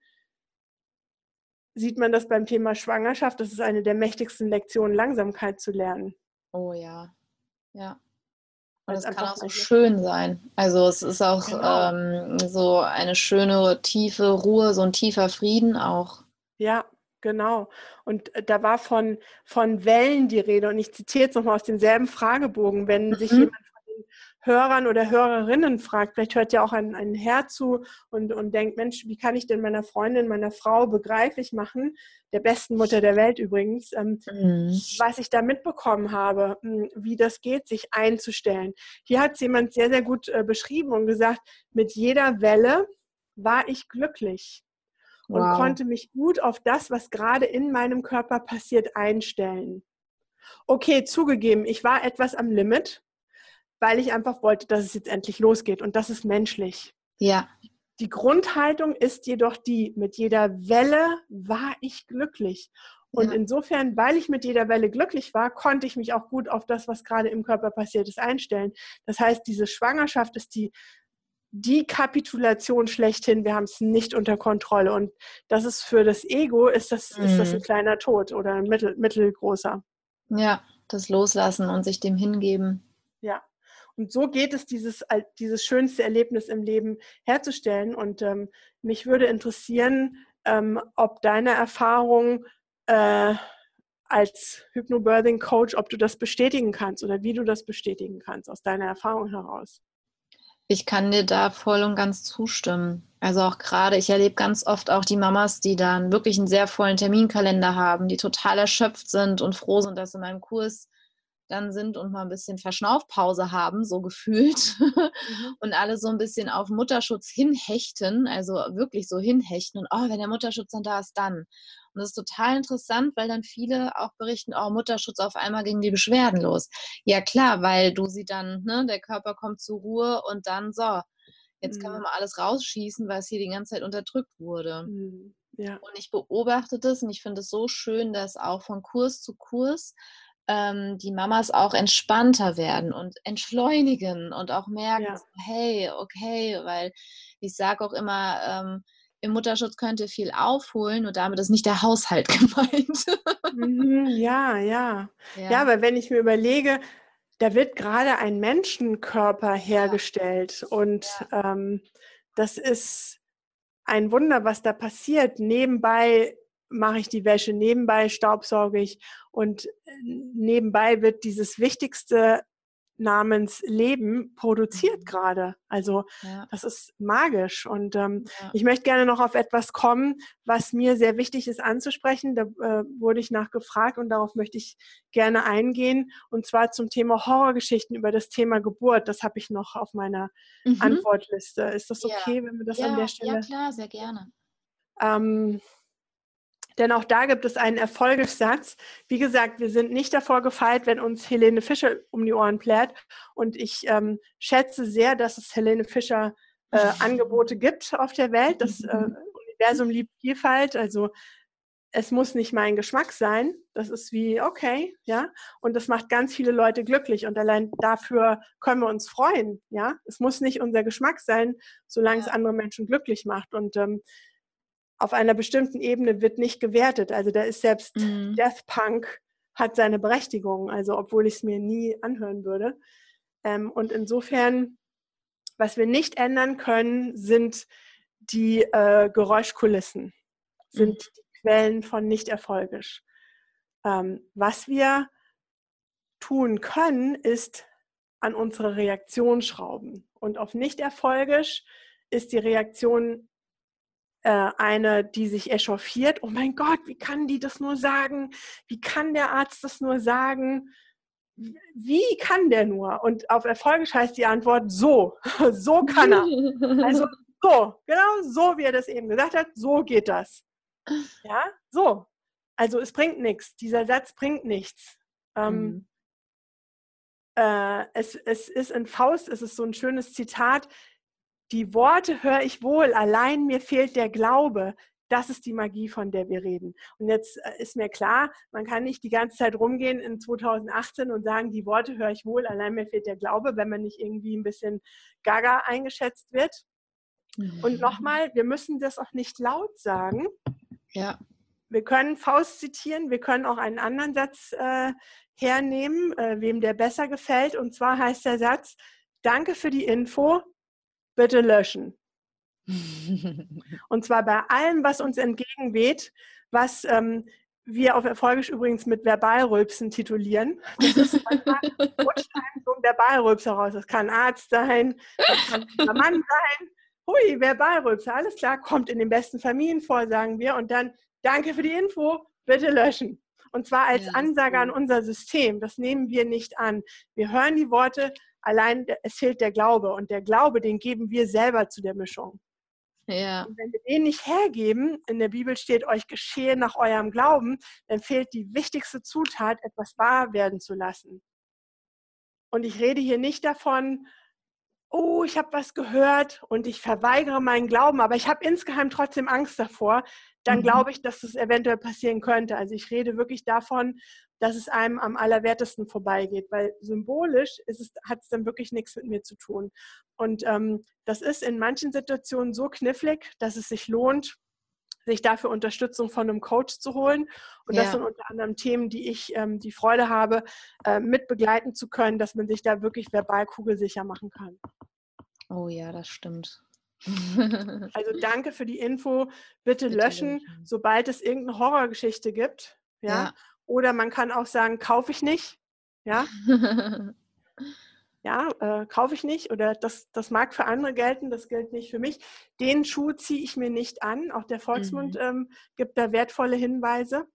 S2: sieht man das beim Thema Schwangerschaft. Das ist eine der mächtigsten Lektionen, Langsamkeit zu lernen.
S1: Oh ja, ja. Und
S2: Weil
S1: es
S2: es
S1: kann
S2: einfach
S1: auch so
S2: bei dir-
S1: schön sein. Also es ist auch
S2: Genau.
S1: ähm, so eine schöne, tiefe Ruhe, so ein tiefer Frieden auch.
S2: Ja, genau. Und äh, da war von, von Wellen die Rede. Und ich zitiere jetzt nochmal aus demselben Fragebogen, wenn sich
S1: Mhm.
S2: jemand von den Hörern oder Hörerinnen fragt, vielleicht hört ja auch ein, ein Herr zu und, und denkt, Mensch, wie kann ich denn meiner Freundin, meiner Frau begreiflich machen, der besten Mutter der Welt übrigens, ähm,
S1: Mhm.
S2: was ich da mitbekommen habe, mh, wie das geht, sich einzustellen. Hier hat es jemand sehr, sehr gut äh, beschrieben und gesagt, mit jeder Welle war ich glücklich. Und
S1: Wow.
S2: konnte mich gut auf das, was gerade in meinem Körper passiert, einstellen. Okay, zugegeben, ich war etwas am Limit, weil ich einfach wollte, dass es jetzt endlich losgeht. Und das ist menschlich.
S1: Ja.
S2: Die Grundhaltung ist jedoch die, mit jeder Welle war ich glücklich. Und
S1: Ja.
S2: insofern, weil ich mit jeder Welle glücklich war, konnte ich mich auch gut auf das, was gerade im Körper passiert ist, einstellen. Das heißt, diese Schwangerschaft ist die die Kapitulation schlechthin, wir haben es nicht unter Kontrolle. Und das ist für das Ego, ist das, ist das ein
S1: Mhm.
S2: kleiner Tod oder ein mittel, mittelgroßer.
S1: Ja, das Loslassen und sich dem hingeben.
S2: Ja. Und so geht es, dieses, dieses schönste Erlebnis im Leben herzustellen. Und ähm, mich würde interessieren, ähm, ob deine Erfahrung äh, als Hypnobirthing-Coach, ob du das bestätigen kannst oder wie du das bestätigen kannst aus deiner Erfahrung heraus.
S1: Ich kann dir da voll und ganz zustimmen. Also auch gerade, ich erlebe ganz oft auch die Mamas, die dann wirklich einen sehr vollen Terminkalender haben, die total erschöpft sind und froh sind, dass sie in meinem Kurs dann sind und mal ein bisschen Verschnaufpause haben, so gefühlt.
S2: Mhm.
S1: Und alle so ein bisschen auf Mutterschutz hinhechten, also wirklich so hinhechten. Und oh, wenn der Mutterschutz dann da ist, dann. Und das ist total interessant, weil dann viele auch berichten, oh, Mutterschutz, auf einmal gingen die Beschwerden los. Ja klar, weil du sie dann, ne, der Körper kommt zur Ruhe und dann so, jetzt können wir
S2: Mhm.
S1: mal alles rausschießen, weil es hier die ganze Zeit unterdrückt wurde.
S2: Mhm. Ja.
S1: Und ich beobachte das und ich finde es so schön, dass auch von Kurs zu Kurs ähm, die Mamas auch entspannter werden und entschleunigen und auch merken,
S2: Ja.
S1: so, hey, okay, weil ich sage auch immer, ähm, im Mutterschutz könnte viel aufholen und damit ist nicht der Haushalt gemeint.
S2: Mhm, ja, ja. Ja,
S1: Ja,
S2: weil wenn ich mir überlege, da wird gerade ein Menschenkörper
S1: ja,
S2: hergestellt und
S1: ja.
S2: ähm, das ist ein Wunder, was da passiert. Nebenbei mache ich die Wäsche, nebenbei staubsauge ich und äh, nebenbei wird dieses Wichtigste namens Leben produziert
S1: Mhm.
S2: gerade. Also
S1: Ja,
S2: das ist magisch. Und ähm,
S1: ja.
S2: ich möchte gerne noch auf etwas kommen, was mir sehr wichtig ist anzusprechen. Da äh, wurde ich nachgefragt und darauf möchte ich gerne eingehen. Und zwar zum Thema Horrorgeschichten über das Thema Geburt. Das habe ich noch auf meiner
S1: Mhm.
S2: Antwortliste. Ist das
S1: Ja,
S2: okay, wenn wir das an der
S1: ja, ja,
S2: Stelle?
S1: klar, sehr gerne.
S2: Ähm, denn auch da gibt es einen Erfolgssatz. Wie gesagt, wir sind nicht davor gefeit, wenn uns Helene Fischer um die Ohren plärt. Und ich ähm, schätze sehr, dass es Helene Fischer äh, Angebote gibt auf der Welt. Das äh, Universum liebt Vielfalt. Also es muss nicht mein Geschmack sein. Das ist wie, okay, ja. Und das macht ganz viele Leute glücklich. Und allein dafür können wir uns freuen, ja. Es muss nicht unser Geschmack sein, solange es
S1: Ja.
S2: andere Menschen glücklich macht. Und ähm, auf einer bestimmten Ebene wird nicht gewertet. Also da ist selbst
S1: Mhm.
S2: Death Punk hat seine Berechtigung, also obwohl ich es mir nie anhören würde. Ähm, und insofern, was wir nicht ändern können, sind die äh, Geräuschkulissen,
S1: Mhm.
S2: sind die Quellen von Nicht-erfolgisch. Ähm, was wir tun können, ist an unsere Reaktion schrauben. Und auf Nicht-erfolgisch ist die Reaktion eine, die sich echauffiert. Oh mein Gott, wie kann die das nur sagen? Wie kann der Arzt das nur sagen? Wie kann der nur? Und auf Erfolgisch heißt die Antwort so. So kann er. Also so, genau so, wie er das eben gesagt hat, so geht das. Ja, so. Also es bringt nichts. Dieser Satz bringt nichts. Ähm,
S1: Mhm.
S2: äh, es, es ist in Faust, es ist so ein schönes Zitat, die Worte höre ich wohl, allein mir fehlt der Glaube. Das ist die Magie, von der wir reden. Und jetzt ist mir klar, man kann nicht die ganze Zeit rumgehen in zweitausendachtzehn und sagen, die Worte höre ich wohl, allein mir fehlt der Glaube, wenn man nicht irgendwie ein bisschen gaga eingeschätzt wird. Mhm. Und nochmal, wir müssen das auch nicht laut sagen.
S1: Ja.
S2: Wir können Faust zitieren, wir können auch einen anderen Satz äh, hernehmen, äh, wem der besser gefällt. Und zwar heißt der Satz, danke für die Info, bitte löschen. Und zwar bei allem, was uns entgegenweht, was ähm, wir auf Erfolgisch übrigens mit Verbalrülpsen titulieren. Das ist manchmal rutscht einem so ein Verbalrülpser raus. Das kann ein Arzt sein, das kann ein Mann sein. Hui, Verbalrülpser, alles klar, kommt in den besten Familien vor, sagen wir. Und dann, danke für die Info, bitte löschen. Und zwar als ja, Ansage an unser System. Das nehmen wir nicht an. Wir hören die Worte, allein es fehlt der Glaube. Und der Glaube, den geben wir selber zu der Mischung.
S1: Ja.
S2: Und wenn wir den nicht hergeben, in der Bibel steht, euch geschehe nach eurem Glauben, dann fehlt die wichtigste Zutat, etwas wahr werden zu lassen. Und ich rede hier nicht davon, oh, ich habe was gehört und ich verweigere meinen Glauben, aber ich habe insgeheim trotzdem Angst davor, dann mhm. glaube ich, dass das eventuell passieren könnte. Also ich rede wirklich davon, dass es einem am allerwertesten vorbeigeht, weil symbolisch ist es, hat es dann wirklich nichts mit mir zu tun. Und ähm, das ist in manchen Situationen so knifflig, dass es sich lohnt, sich dafür Unterstützung von einem Coach zu holen. Und ja. das sind unter anderem Themen, die ich ähm, die Freude habe, äh, mit begleiten zu können, dass man sich da wirklich verbal kugelsicher machen kann.
S1: Oh ja, das stimmt.
S2: Also danke für die Info. Bitte, Bitte löschen, löschen, sobald es irgendeine Horrorgeschichte gibt. Ja? ja. Oder man kann auch sagen, kaufe ich nicht. Ja, ja äh, kaufe ich nicht. Oder das, das mag für andere gelten, das gilt nicht für mich. Den Schuh ziehe ich mir nicht an. Auch der Volksmund mhm. ähm, gibt da wertvolle Hinweise.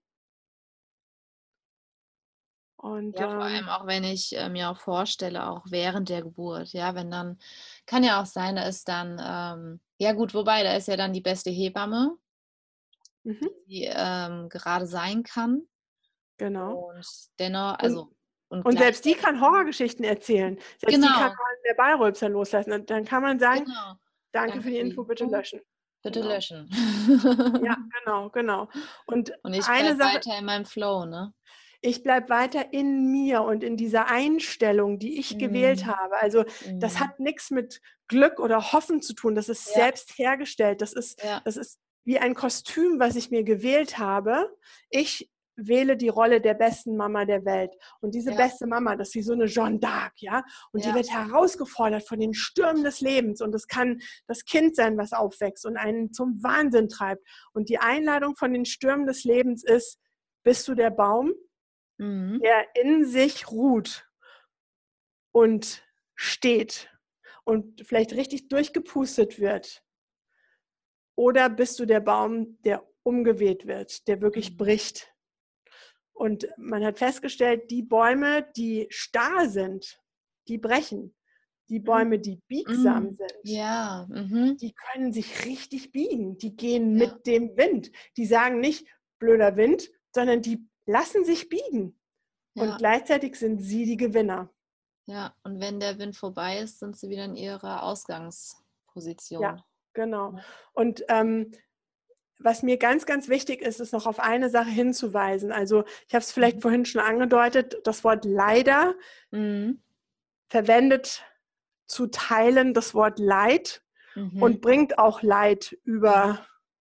S2: Und,
S1: ja, vor allem auch, wenn ich äh, mir auch vorstelle, auch während der Geburt, ja, wenn dann, kann ja auch sein, da ist dann, ähm, ja gut, wobei, da ist ja dann die beste Hebamme, mhm. die ähm, gerade sein kann.
S2: Genau.
S1: Und dennoch, also.
S2: Und, und, und selbst die kann Horrorgeschichten erzählen. Selbst
S1: genau.
S2: die kann mal der Ballrülpser loslassen. Und dann kann man sagen,
S1: genau.
S2: danke, danke für die Info, bitte löschen.
S1: Bitte
S2: genau.
S1: löschen.
S2: Ja, genau, genau. Und,
S1: und ich
S2: eine
S1: bleibe
S2: Sache,
S1: weiter in meinem Flow, ne?
S2: Ich bleibe weiter in mir und in dieser Einstellung, die ich mm. gewählt habe. Also mm. das hat nichts mit Glück oder Hoffen zu tun. Das ist ja. selbst hergestellt. Das ist, ja. das ist wie ein Kostüm, was ich mir gewählt habe. Ich wähle die Rolle der besten Mama der Welt. Und diese ja. beste Mama, das ist wie so eine Jeanne d'Arc, ja. Und ja. die wird herausgefordert von den Stürmen des Lebens. Und es kann das Kind sein, was aufwächst und einen zum Wahnsinn treibt. Und die Einladung von den Stürmen des Lebens ist, bist du der Baum, mhm. der in sich ruht und steht und vielleicht richtig durchgepustet wird? Oder bist du der Baum, der umgeweht wird, der wirklich mhm. bricht? Und man hat festgestellt, die Bäume, die starr sind, die brechen. Die Bäume, die biegsam
S1: mhm.
S2: sind,
S1: ja. mhm.
S2: die können sich richtig biegen. Die gehen
S1: ja.
S2: mit dem Wind. Die sagen nicht, blöder Wind, sondern die lassen sich biegen. Ja. Und gleichzeitig sind sie die Gewinner.
S1: Ja, und wenn der Wind vorbei ist, sind sie wieder in ihrer Ausgangsposition.
S2: Ja, genau. Und ähm, was mir ganz, ganz wichtig ist, ist noch auf eine Sache hinzuweisen. Also ich habe es vielleicht mhm. vorhin schon angedeutet, das Wort leider mhm. verwendet zu Teilen das Wort Leid mhm. und bringt auch Leid über,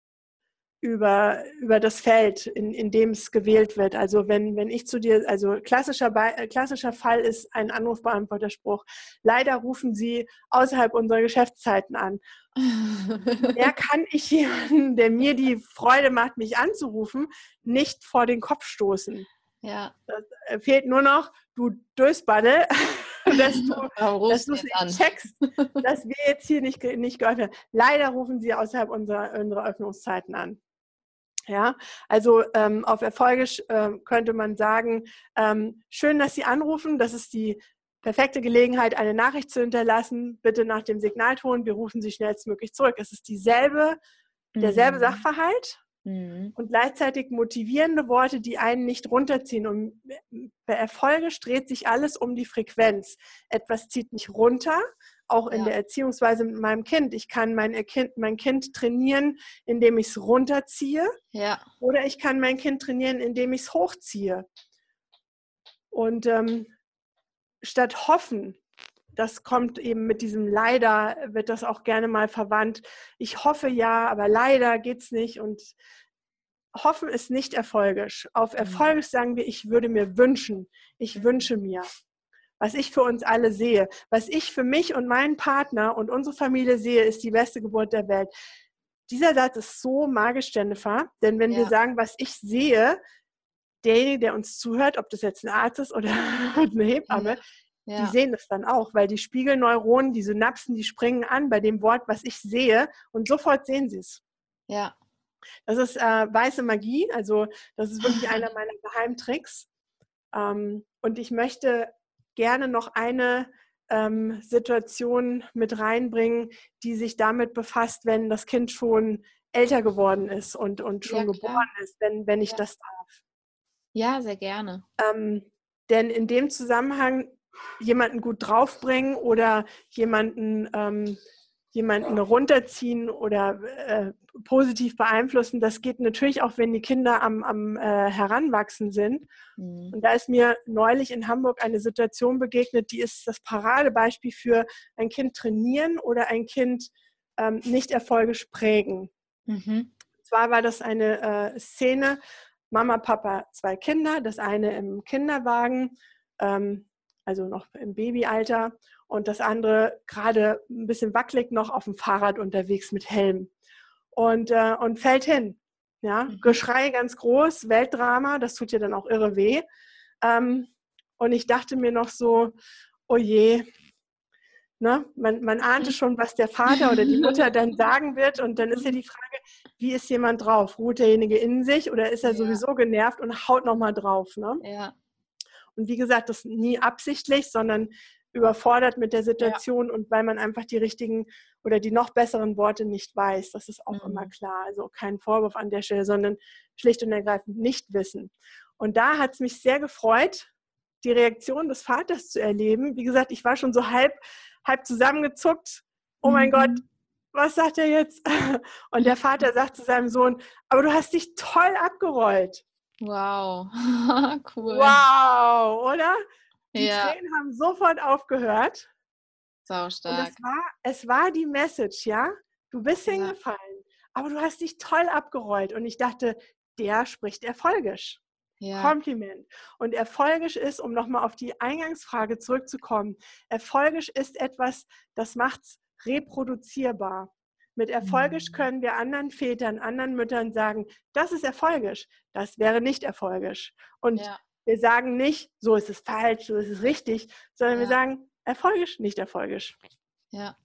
S2: über, über das Feld, in, in dem es gewählt wird. Also wenn, wenn ich zu dir, also klassischer, Be- klassischer Fall ist ein Anrufbeantworterspruch. Leider rufen Sie außerhalb unserer Geschäftszeiten an. Mehr kann ich jemanden, der mir die Freude macht, mich anzurufen, nicht vor den Kopf stoßen.
S1: Ja.
S2: Das fehlt nur noch, du Dösbaddel, dass du, dass du es nicht checkst, dass wir jetzt hier nicht, nicht geöffnet haben. Leider rufen sie außerhalb unserer, unserer Öffnungszeiten an. Ja, also ähm, auf Erfolgisch äh, könnte man sagen, ähm, schön, dass Sie anrufen, das ist die perfekte Gelegenheit, eine Nachricht zu hinterlassen, bitte nach dem Signalton, wir rufen Sie schnellstmöglich zurück. Es ist dieselbe, derselbe mhm. Sachverhalt mhm. und gleichzeitig motivierende Worte, die einen nicht runterziehen. Und bei Erfolgisch dreht sich alles um die Frequenz. Etwas zieht mich runter, auch in
S1: Ja.
S2: der Erziehungsweise mit meinem Kind. Ich kann mein Kind, mein Kind trainieren, indem ich es runterziehe,
S1: Ja.
S2: oder ich kann mein Kind trainieren, indem ich es hochziehe. Und ähm, statt hoffen, das kommt eben mit diesem leider, wird das auch gerne mal verwandt. Ich hoffe ja, aber leider geht's nicht. Und hoffen ist nicht erfolgisch. Auf Erfolg sagen wir, ich würde mir wünschen, ich wünsche mir, was ich für uns alle sehe. Was ich für mich und meinen Partner und unsere Familie sehe, ist die beste Geburt der Welt. Dieser Satz ist so magisch, Jennifer, denn wenn
S1: Ja.
S2: wir sagen, was ich sehe, derjenige, der uns zuhört, ob das jetzt ein Arzt ist oder eine Hebamme,
S1: Ja.
S2: die sehen das dann auch, weil die Spiegelneuronen, die Synapsen, die springen an bei dem Wort, was ich sehe, und sofort sehen sie es.
S1: Ja.
S2: Das ist äh, weiße Magie, also das ist wirklich einer meiner Geheimtricks. Ähm, und ich möchte gerne noch eine ähm, Situation mit reinbringen, die sich damit befasst, wenn das Kind schon älter geworden ist und, und schon
S1: Ja,
S2: geboren
S1: klar.
S2: ist, wenn, wenn ich
S1: Ja.
S2: das darf.
S1: Ja, sehr gerne.
S2: Ähm, denn in dem Zusammenhang jemanden gut draufbringen oder jemanden, ähm, jemanden runterziehen oder äh, positiv beeinflussen, das geht natürlich auch, wenn die Kinder am, am äh, Heranwachsen sind.
S1: Mhm.
S2: Und da ist mir neulich in Hamburg eine Situation begegnet, die ist das Paradebeispiel für ein Kind trainieren oder ein Kind ähm, nicht erfolgisch prägen.
S1: Mhm.
S2: Und zwar war das eine äh, Szene, Mama, Papa, zwei Kinder, das eine im Kinderwagen, ähm, also noch im Babyalter, und das andere gerade ein bisschen wackelig noch auf dem Fahrrad unterwegs mit Helm. Und, äh, und fällt hin. Ja?
S1: Mhm.
S2: Geschrei ganz groß, Weltdrama, das tut ja dann auch irre weh. Ähm, und ich dachte mir noch so, oh je, ne? man, man ahnte schon, was der Vater oder die Mutter dann sagen wird. Und dann ist ja die Frage, wie ist jemand drauf? Ruht derjenige in sich oder ist er
S1: Ja.
S2: sowieso genervt und haut nochmal drauf? Ne?
S1: Ja.
S2: Und wie gesagt, das nie absichtlich, sondern überfordert mit der Situation und weil man einfach die richtigen oder die noch besseren Worte nicht weiß. Das ist auch
S1: Mhm.
S2: immer klar. Also kein Vorwurf an der Stelle, sondern schlicht und ergreifend nicht wissen. Und da hat es mich sehr gefreut, die Reaktion des Vaters zu erleben. Wie gesagt, ich war schon so halb, halb zusammengezuckt. Oh mein
S1: Mhm.
S2: Gott, was sagt er jetzt? Und der Vater sagt zu seinem Sohn, aber du hast dich toll abgerollt.
S1: Wow, cool.
S2: Wow, oder? Die
S1: Ja,
S2: Tränen haben sofort aufgehört. Und
S1: saustark.
S2: es war, es war die Message, ja? Du bist
S1: Ja.
S2: hingefallen, aber du hast dich toll abgerollt. Und ich dachte, der spricht erfolgisch.
S1: Ja.
S2: Kompliment. Und erfolgisch ist, um nochmal auf die Eingangsfrage zurückzukommen, erfolgisch ist etwas, das macht es reproduzierbar. Mit erfolgisch
S1: Mhm.
S2: können wir anderen Vätern, anderen Müttern sagen, das ist erfolgisch, das wäre nicht erfolgisch. Und
S1: Ja.
S2: wir sagen nicht, so ist es falsch, so ist es richtig, sondern wir
S1: Ja.
S2: sagen, erfolgisch, nicht erfolgisch.
S1: Ja.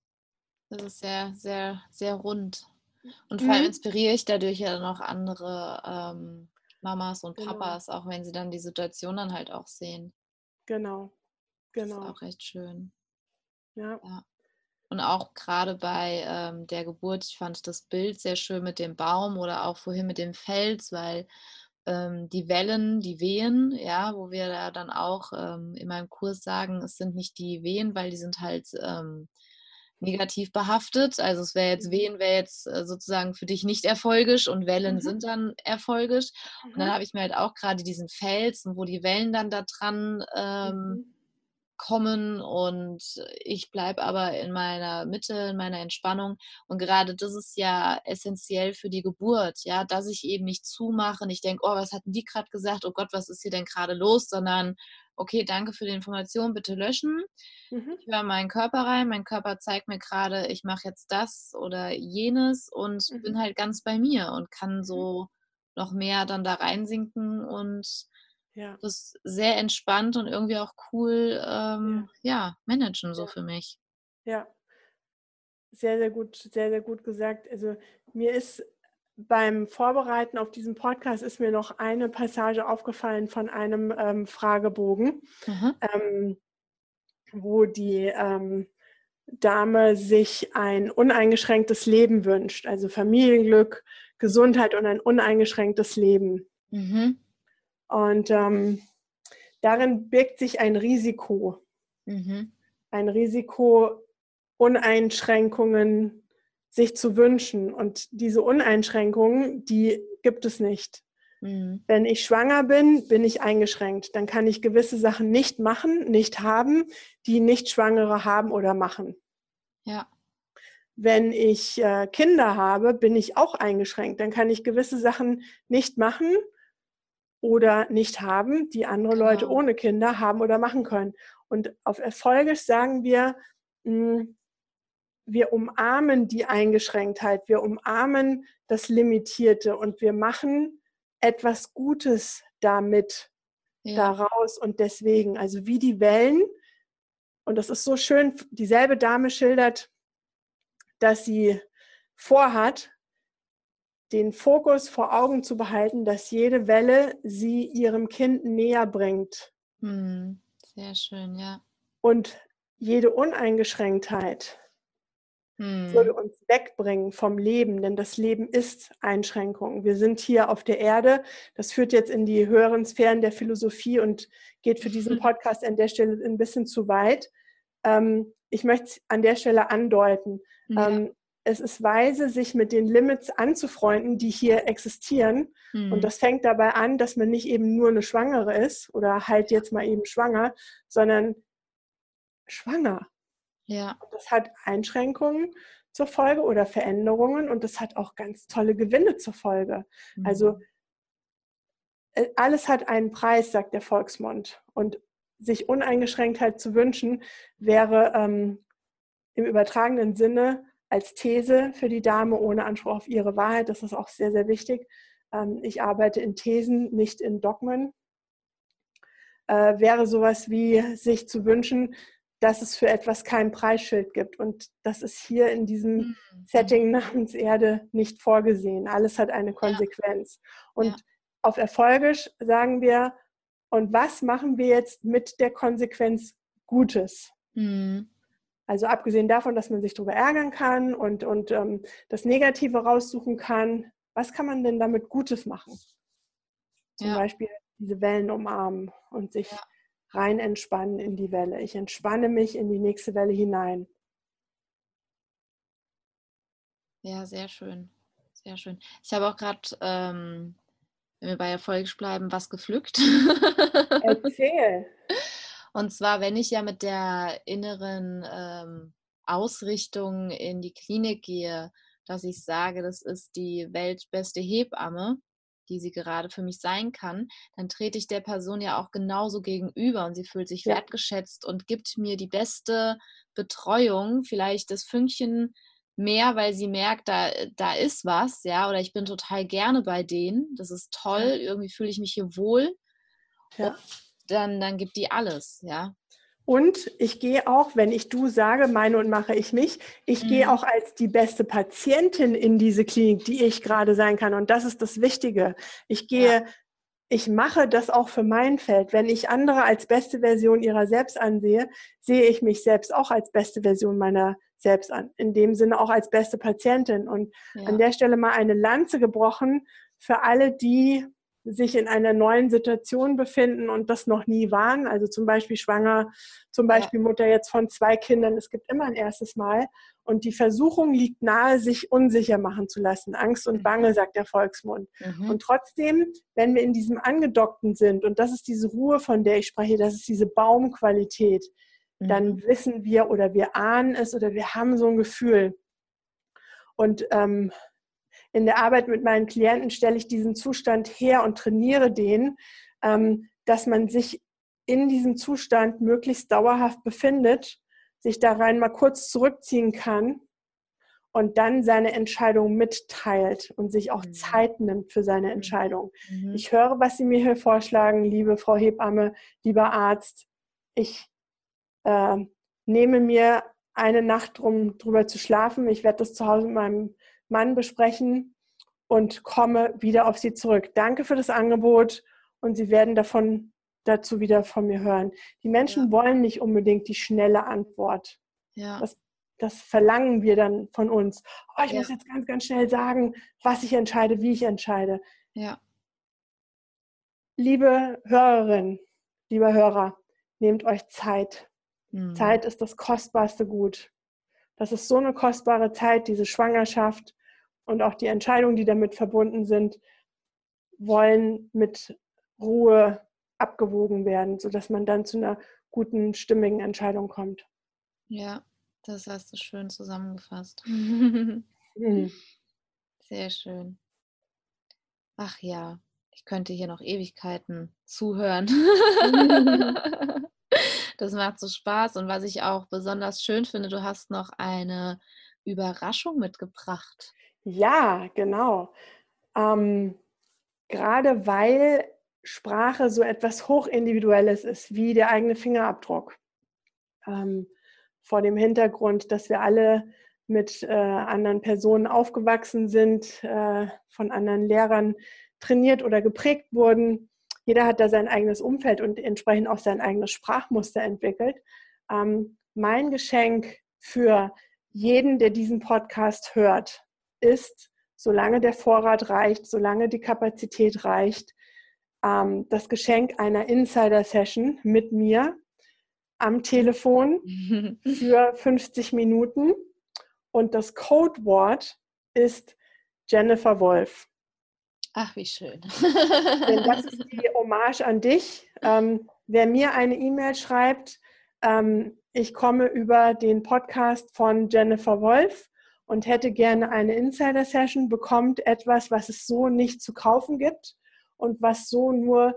S1: Das ist sehr, sehr, sehr rund. Und vor allem
S2: Mhm.
S1: inspiriere ich dadurch ja noch andere ähm, Mamas und
S2: Genau,
S1: Papas, auch wenn sie dann die Situation dann halt auch sehen.
S2: genau,
S1: Das ist
S2: genau.
S1: auch echt schön.
S2: Ja,
S1: Ja. Und auch gerade bei ähm, der Geburt, ich fand das Bild sehr schön mit dem Baum oder auch vorhin mit dem Fels, weil ähm, die Wellen, die Wehen, ja, wo wir da dann auch ähm, in meinem Kurs sagen, es sind nicht die Wehen, weil die sind halt ähm, negativ behaftet. Also es wäre jetzt
S2: mhm.
S1: Wehen, wäre jetzt äh, sozusagen für dich nicht erfolgisch und Wellen
S2: Mhm.
S1: sind dann erfolgisch. Und dann
S2: Mhm.
S1: habe ich mir halt auch gerade diesen Fels, wo die Wellen dann da dran ähm,
S2: Mhm.
S1: kommen und ich bleibe aber in meiner Mitte, in meiner Entspannung. Und gerade das ist ja essentiell für die Geburt, ja, dass ich eben nicht zumache, nicht denke, oh, was hatten die gerade gesagt, oh Gott, was ist hier denn gerade los, sondern okay, danke für die Information, bitte löschen.
S2: Mhm.
S1: Ich höre meinen Körper rein, mein Körper zeigt mir gerade, ich mache jetzt das oder jenes und
S2: Mhm.
S1: bin halt ganz bei mir und kann
S2: Mhm.
S1: so noch mehr dann da reinsinken und
S2: Ja,
S1: das sehr entspannt und irgendwie auch cool,
S2: ja,
S1: ähm, ja, managen so
S2: ja,
S1: für mich.
S2: ja. Sehr, sehr gut, sehr, sehr gut gesagt. Also mir ist beim Vorbereiten auf diesen Podcast ist mir noch eine Passage aufgefallen von einem ähm, Fragebogen,
S1: Mhm.
S2: ähm, wo die ähm, Dame sich ein uneingeschränktes Leben wünscht, also Familienglück, Gesundheit und ein uneingeschränktes Leben.
S1: Mhm.
S2: Und ähm, darin birgt sich ein Risiko.
S1: Mhm.
S2: Ein Risiko Uneinschränkungen sich zu wünschen. Und diese Uneinschränkungen, die gibt es nicht.
S1: Mhm.
S2: Wenn ich schwanger bin, bin ich eingeschränkt. Dann kann ich gewisse Sachen nicht machen, nicht haben, die Nicht-Schwangere haben oder machen.
S1: Ja.
S2: Wenn ich äh, Kinder habe, bin ich auch eingeschränkt. Dann kann ich gewisse Sachen nicht machen oder nicht haben, die andere
S1: Genau.
S2: Leute ohne Kinder haben oder machen können. Und auf Erfolgisch sagen wir, mh, wir umarmen die Eingeschränktheit, wir umarmen das Limitierte und wir machen etwas Gutes damit,
S1: Ja.
S2: daraus und deswegen. Also wie die Wellen, und das ist so schön, dieselbe Dame schildert, dass sie vorhat, den Fokus vor Augen zu behalten, dass jede Welle sie ihrem Kind näher bringt.
S1: Mhm. Sehr schön, ja.
S2: Und jede Uneingeschränktheit
S1: Mhm.
S2: würde uns wegbringen vom Leben, denn das Leben ist Einschränkung. Wir sind hier auf der Erde. Das führt jetzt in die höheren Sphären der Philosophie und geht für diesen Podcast an der Stelle ein bisschen zu weit. Ähm, ich möchte es an der Stelle andeuten.
S1: Ja.
S2: Ähm, es ist weise, sich mit den Limits anzufreunden, die hier existieren.
S1: Mhm.
S2: Und das fängt dabei an, dass man nicht eben nur eine Schwangere ist oder halt jetzt mal eben schwanger, sondern schwanger.
S1: Ja.
S2: Und das hat Einschränkungen zur Folge oder Veränderungen und das hat auch ganz tolle Gewinne zur Folge.
S1: Mhm.
S2: Also äh, alles hat einen Preis, sagt der Volksmund. Und sich Uneingeschränktheit zu wünschen, wäre ähm, im übertragenen Sinne als These für die Dame ohne Anspruch auf ihre Wahrheit. Das ist auch sehr, sehr wichtig. Ähm, ich arbeite in Thesen, nicht in Dogmen. Äh, wäre sowas wie sich zu wünschen, dass es für etwas kein Preisschild gibt. Und das ist hier in diesem
S1: Mhm.
S2: Setting namens Erde nicht vorgesehen. Alles hat eine Konsequenz. Und
S1: Ja.
S2: auf Erfolgisch sagen wir, und was machen wir jetzt mit der Konsequenz Gutes?
S1: Mhm.
S2: Also abgesehen davon, dass man sich darüber ärgern kann und, und ähm, das Negative raussuchen kann, was kann man denn damit Gutes machen? Zum
S1: Ja.
S2: Beispiel diese Wellen umarmen und sich
S1: Ja.
S2: rein entspannen in die Welle. Ich entspanne mich in die nächste Welle hinein.
S1: Ja, sehr schön. Sehr schön. Ich habe auch gerade, ähm, wenn wir bei Erfolg bleiben, was gepflückt.
S2: Erzähl.
S1: Und zwar, wenn ich ja mit der inneren ähm, Ausrichtung in die Klinik gehe, dass ich sage, das ist die weltbeste Hebamme, die sie gerade für mich sein kann, dann trete ich der Person ja auch genauso gegenüber und sie fühlt sich
S2: Ja.
S1: wertgeschätzt und gibt mir die beste Betreuung, vielleicht das Fünkchen mehr, weil sie merkt, da, da ist was, ja, oder ich bin total gerne bei denen, das ist toll, irgendwie fühle ich mich hier wohl und
S2: Ja.
S1: dann, dann gibt die alles, ja.
S2: Und ich gehe auch, wenn ich du sage, meine und mache ich mich, ich gehe
S1: Mhm.
S2: auch als die beste Patientin in diese Klinik, die ich gerade sein kann. Und das ist das Wichtige. Ich gehe,
S1: Ja.
S2: ich mache das auch für mein Feld. Wenn ich andere als beste Version ihrer selbst ansehe, sehe ich mich selbst auch als beste Version meiner selbst an. In dem Sinne auch als beste Patientin. Und
S1: Ja.
S2: an der Stelle mal eine Lanze gebrochen für alle, die sich in einer neuen Situation befinden und das noch nie waren. Also zum Beispiel schwanger, zum Beispiel ja. Mutter jetzt von zwei Kindern. Es gibt immer ein erstes Mal. Und die Versuchung liegt nahe, sich unsicher machen zu lassen. Angst und Bange, sagt der Volksmund. Mhm. Und trotzdem, wenn wir in diesem Angedockten sind, und das ist diese Ruhe, von der ich spreche, das ist diese Baumqualität, mhm. dann wissen wir oder wir ahnen es oder wir haben so ein Gefühl. Und ähm, in der Arbeit mit meinen Klienten stelle ich diesen Zustand her und trainiere den, ähm, dass man sich in diesem Zustand möglichst dauerhaft befindet, sich da rein mal kurz zurückziehen kann und dann seine Entscheidung mitteilt und sich auch mhm. Zeit nimmt für seine Entscheidung. Mhm. Ich höre, was Sie mir hier vorschlagen, liebe Frau Hebamme, lieber Arzt. Ich äh, nehme mir eine Nacht, um drüber zu schlafen. Ich werde das zu Hause mit meinem Mann besprechen und komme wieder auf Sie zurück. Danke für das Angebot und Sie werden davon dazu wieder von mir hören. Die Menschen ja. wollen nicht unbedingt die schnelle Antwort.
S1: Ja.
S2: Das, das verlangen wir dann von uns. Oh, ich
S1: ja.
S2: muss jetzt ganz, ganz schnell sagen, was ich entscheide, wie ich entscheide.
S1: Ja.
S2: Liebe Hörerin, lieber Hörer, nehmt euch Zeit. Mhm. Zeit ist das kostbarste Gut, Das ist so eine kostbare Zeit, diese Schwangerschaft und auch die Entscheidungen, die damit verbunden sind, wollen mit Ruhe abgewogen werden, sodass man dann zu einer guten, stimmigen Entscheidung kommt.
S1: Ja, das hast du schön zusammengefasst.
S2: Mhm.
S1: Sehr schön. Ach ja, ich könnte hier noch Ewigkeiten zuhören. Das macht so Spaß und was ich auch besonders schön finde, du hast noch eine Überraschung mitgebracht.
S2: Ja, genau. Ähm, gerade weil Sprache so etwas Hochindividuelles ist, wie der eigene Fingerabdruck. Ähm, vor dem Hintergrund, dass wir alle mit äh, anderen Personen aufgewachsen sind, äh, von anderen Lehrern trainiert oder geprägt wurden. Jeder hat da sein eigenes Umfeld und entsprechend auch sein eigenes Sprachmuster entwickelt. Ähm, mein Geschenk für jeden, der diesen Podcast hört, ist, solange der Vorrat reicht, solange die Kapazität reicht, ähm, das Geschenk einer Insider-Session mit mir am Telefon für fünfzig Minuten und das Codewort ist Jennifer Wolf.
S1: Ach, wie schön.
S2: Denn das ist die Hommage an dich. Ähm, wer mir eine E-Mail schreibt, ähm, ich komme über den Podcast von Jennifer Wolf und hätte gerne eine Insider-Session, bekommt etwas, was es so nicht zu kaufen gibt und was so nur,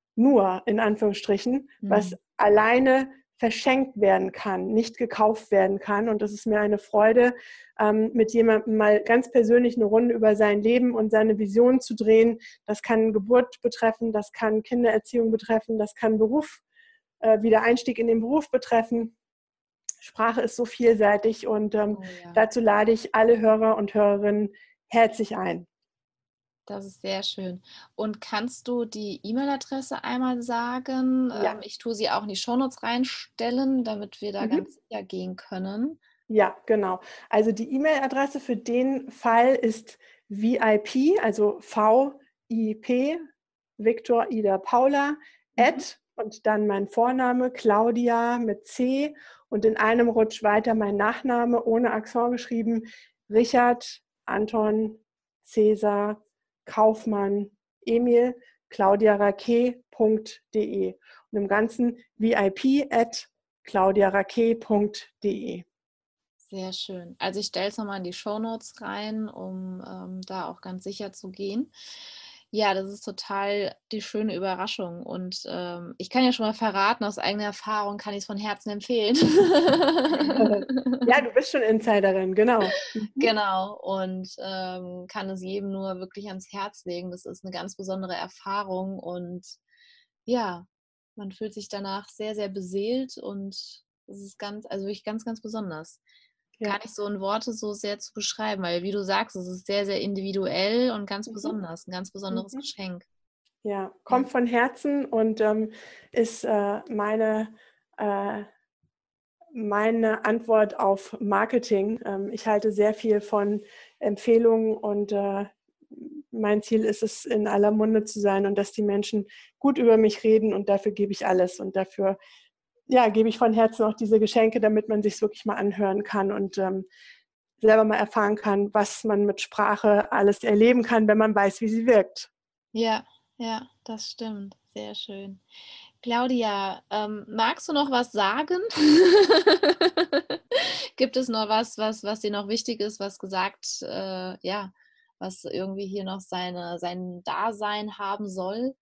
S2: nur in Anführungsstrichen,
S1: Mhm.
S2: was alleine verschenkt werden kann, nicht gekauft werden kann. Und das ist mir eine Freude, ähm, mit jemandem mal ganz persönlich eine Runde über sein Leben und seine Vision zu drehen. Das kann Geburt betreffen, das kann Kindererziehung betreffen, das kann Beruf, äh, Wiedereinstieg in den Beruf betreffen. Sprache ist so vielseitig und ähm,
S1: Oh ja.
S2: dazu lade ich alle Hörer und Hörerinnen herzlich ein.
S1: Das ist sehr schön. Und kannst du die E-Mail-Adresse einmal sagen?
S2: Ja.
S1: Ähm, ich tue sie auch in die Shownotes reinstellen, damit wir da
S2: Mhm.
S1: ganz sicher gehen können.
S2: Ja, genau. Also die E-Mail-Adresse für den Fall ist V I P, also V I P, Victor Ida Paula,
S1: Mhm.
S2: at und dann mein Vorname Claudia mit C und in einem Rutsch weiter mein Nachname ohne Akzent geschrieben, Richard, Anton, Cäsar, Kaufmann, Emil, claudiaraquet punkt de und im Ganzen V I P at claudiaraquet punkt de.
S1: Sehr schön. Also ich stelle es nochmal in die Shownotes rein, um ähm, da auch ganz sicher zu gehen. Ja, das ist total die schöne Überraschung. Und ähm, ich kann ja schon mal verraten, aus eigener Erfahrung kann ich es von Herzen empfehlen.
S2: Ja, du bist schon Insiderin, genau. Mhm.
S1: Genau, und ähm, kann es jedem nur wirklich ans Herz legen. Das ist eine ganz besondere Erfahrung und ja, man fühlt sich danach sehr, sehr beseelt und es ist ganz, also wirklich ganz, ganz besonders.
S2: Ja.
S1: Gar nicht so in Worte so sehr zu beschreiben, weil wie du sagst, es ist sehr, sehr individuell und ganz
S2: Mhm.
S1: besonders, ein ganz besonderes
S2: Mhm.
S1: Geschenk.
S2: Ja, kommt
S1: Ja.
S2: von Herzen und ähm, ist äh, meine, äh, meine Antwort auf Marketing. Ähm, ich halte sehr viel von Empfehlungen und äh, mein Ziel ist es, in aller Munde zu sein und dass die Menschen gut über mich reden und dafür gebe ich alles und dafür ja, gebe ich von Herzen auch diese Geschenke, damit man sich wirklich mal anhören kann und ähm, selber mal erfahren kann, was man mit Sprache alles erleben kann, wenn man weiß, wie sie wirkt.
S1: Ja, ja, das stimmt. Sehr schön. Claudia, ähm, magst du noch was sagen? Gibt es noch was, was, was dir noch wichtig ist, was gesagt, äh, ja, was irgendwie hier noch seine, sein Dasein haben soll?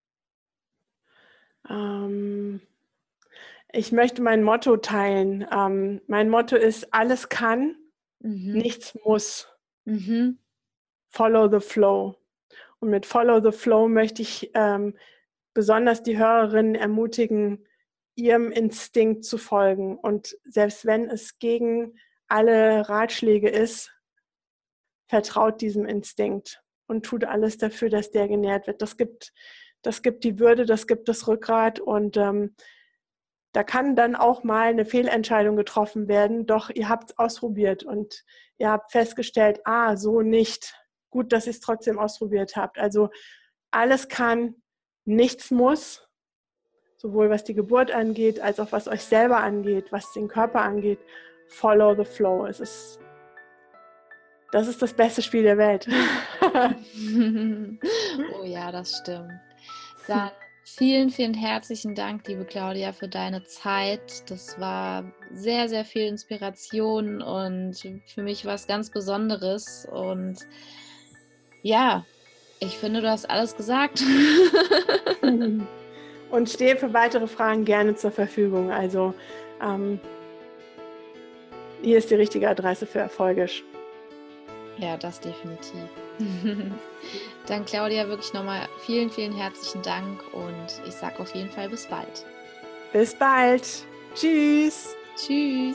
S2: Ähm, ich möchte mein Motto teilen. Ähm, mein Motto ist, alles kann,
S1: Mhm.
S2: nichts muss.
S1: Mhm.
S2: Follow the flow. Und mit Follow the flow möchte ich ähm, besonders die Hörerinnen ermutigen, ihrem Instinkt zu folgen. Und selbst wenn es gegen alle Ratschläge ist, vertraut diesem Instinkt und tut alles dafür, dass der genährt wird. Das gibt, das gibt die Würde, das gibt das Rückgrat und ähm, da kann dann auch mal eine Fehlentscheidung getroffen werden, doch ihr habt es ausprobiert und ihr habt festgestellt, ah, so nicht. Gut, dass ihr es trotzdem ausprobiert habt. Also alles kann, nichts muss, sowohl was die Geburt angeht, als auch was euch selber angeht, was den Körper angeht. follow the flow. Es ist, das ist das beste Spiel der Welt.
S1: Oh ja, das stimmt. Dann vielen, vielen herzlichen Dank, liebe Claudia, für deine Zeit. Das war sehr, sehr viel Inspiration und für mich was ganz Besonderes. Und ja, ich finde, du hast alles gesagt.
S2: Und stehe für weitere Fragen gerne zur Verfügung. Also ähm, hier ist die richtige Adresse für Erfolgisch.
S1: Ja, das definitiv. Dann Claudia, wirklich nochmal vielen, vielen herzlichen Dank und ich sage auf jeden Fall bis bald.
S2: Bis bald. Tschüss.
S1: Tschüss.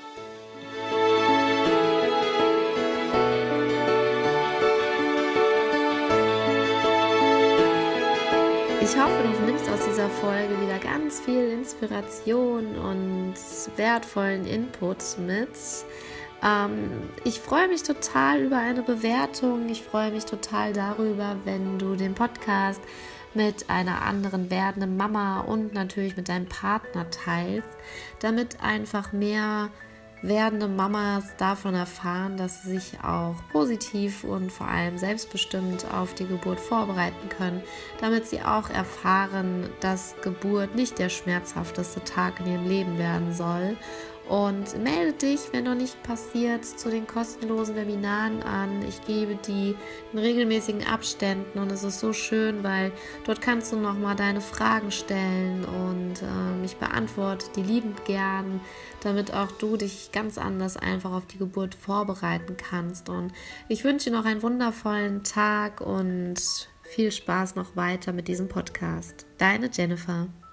S1: Ich hoffe, du nimmst aus dieser Folge wieder ganz viel Inspiration und wertvollen Input mit. Ähm, ich freue mich total über eine Bewertung. Ich freue mich total darüber, wenn du den Podcast mit einer anderen werdenden Mama und natürlich mit deinem Partner teilst, damit einfach mehr werdende Mamas davon erfahren, dass sie sich auch positiv und vor allem selbstbestimmt auf die Geburt vorbereiten können, damit sie auch erfahren, dass Geburt nicht der schmerzhafteste Tag in ihrem Leben werden soll. Und melde dich, wenn noch nicht passiert, zu den kostenlosen Webinaren an. Ich gebe die in regelmäßigen Abständen und es ist so schön, weil dort kannst du nochmal deine Fragen stellen und äh, ich beantworte die liebend gern, damit auch du dich ganz anders einfach auf die Geburt vorbereiten kannst. Und ich wünsche dir noch einen wundervollen Tag und viel Spaß noch weiter mit diesem Podcast. Deine Jennifer.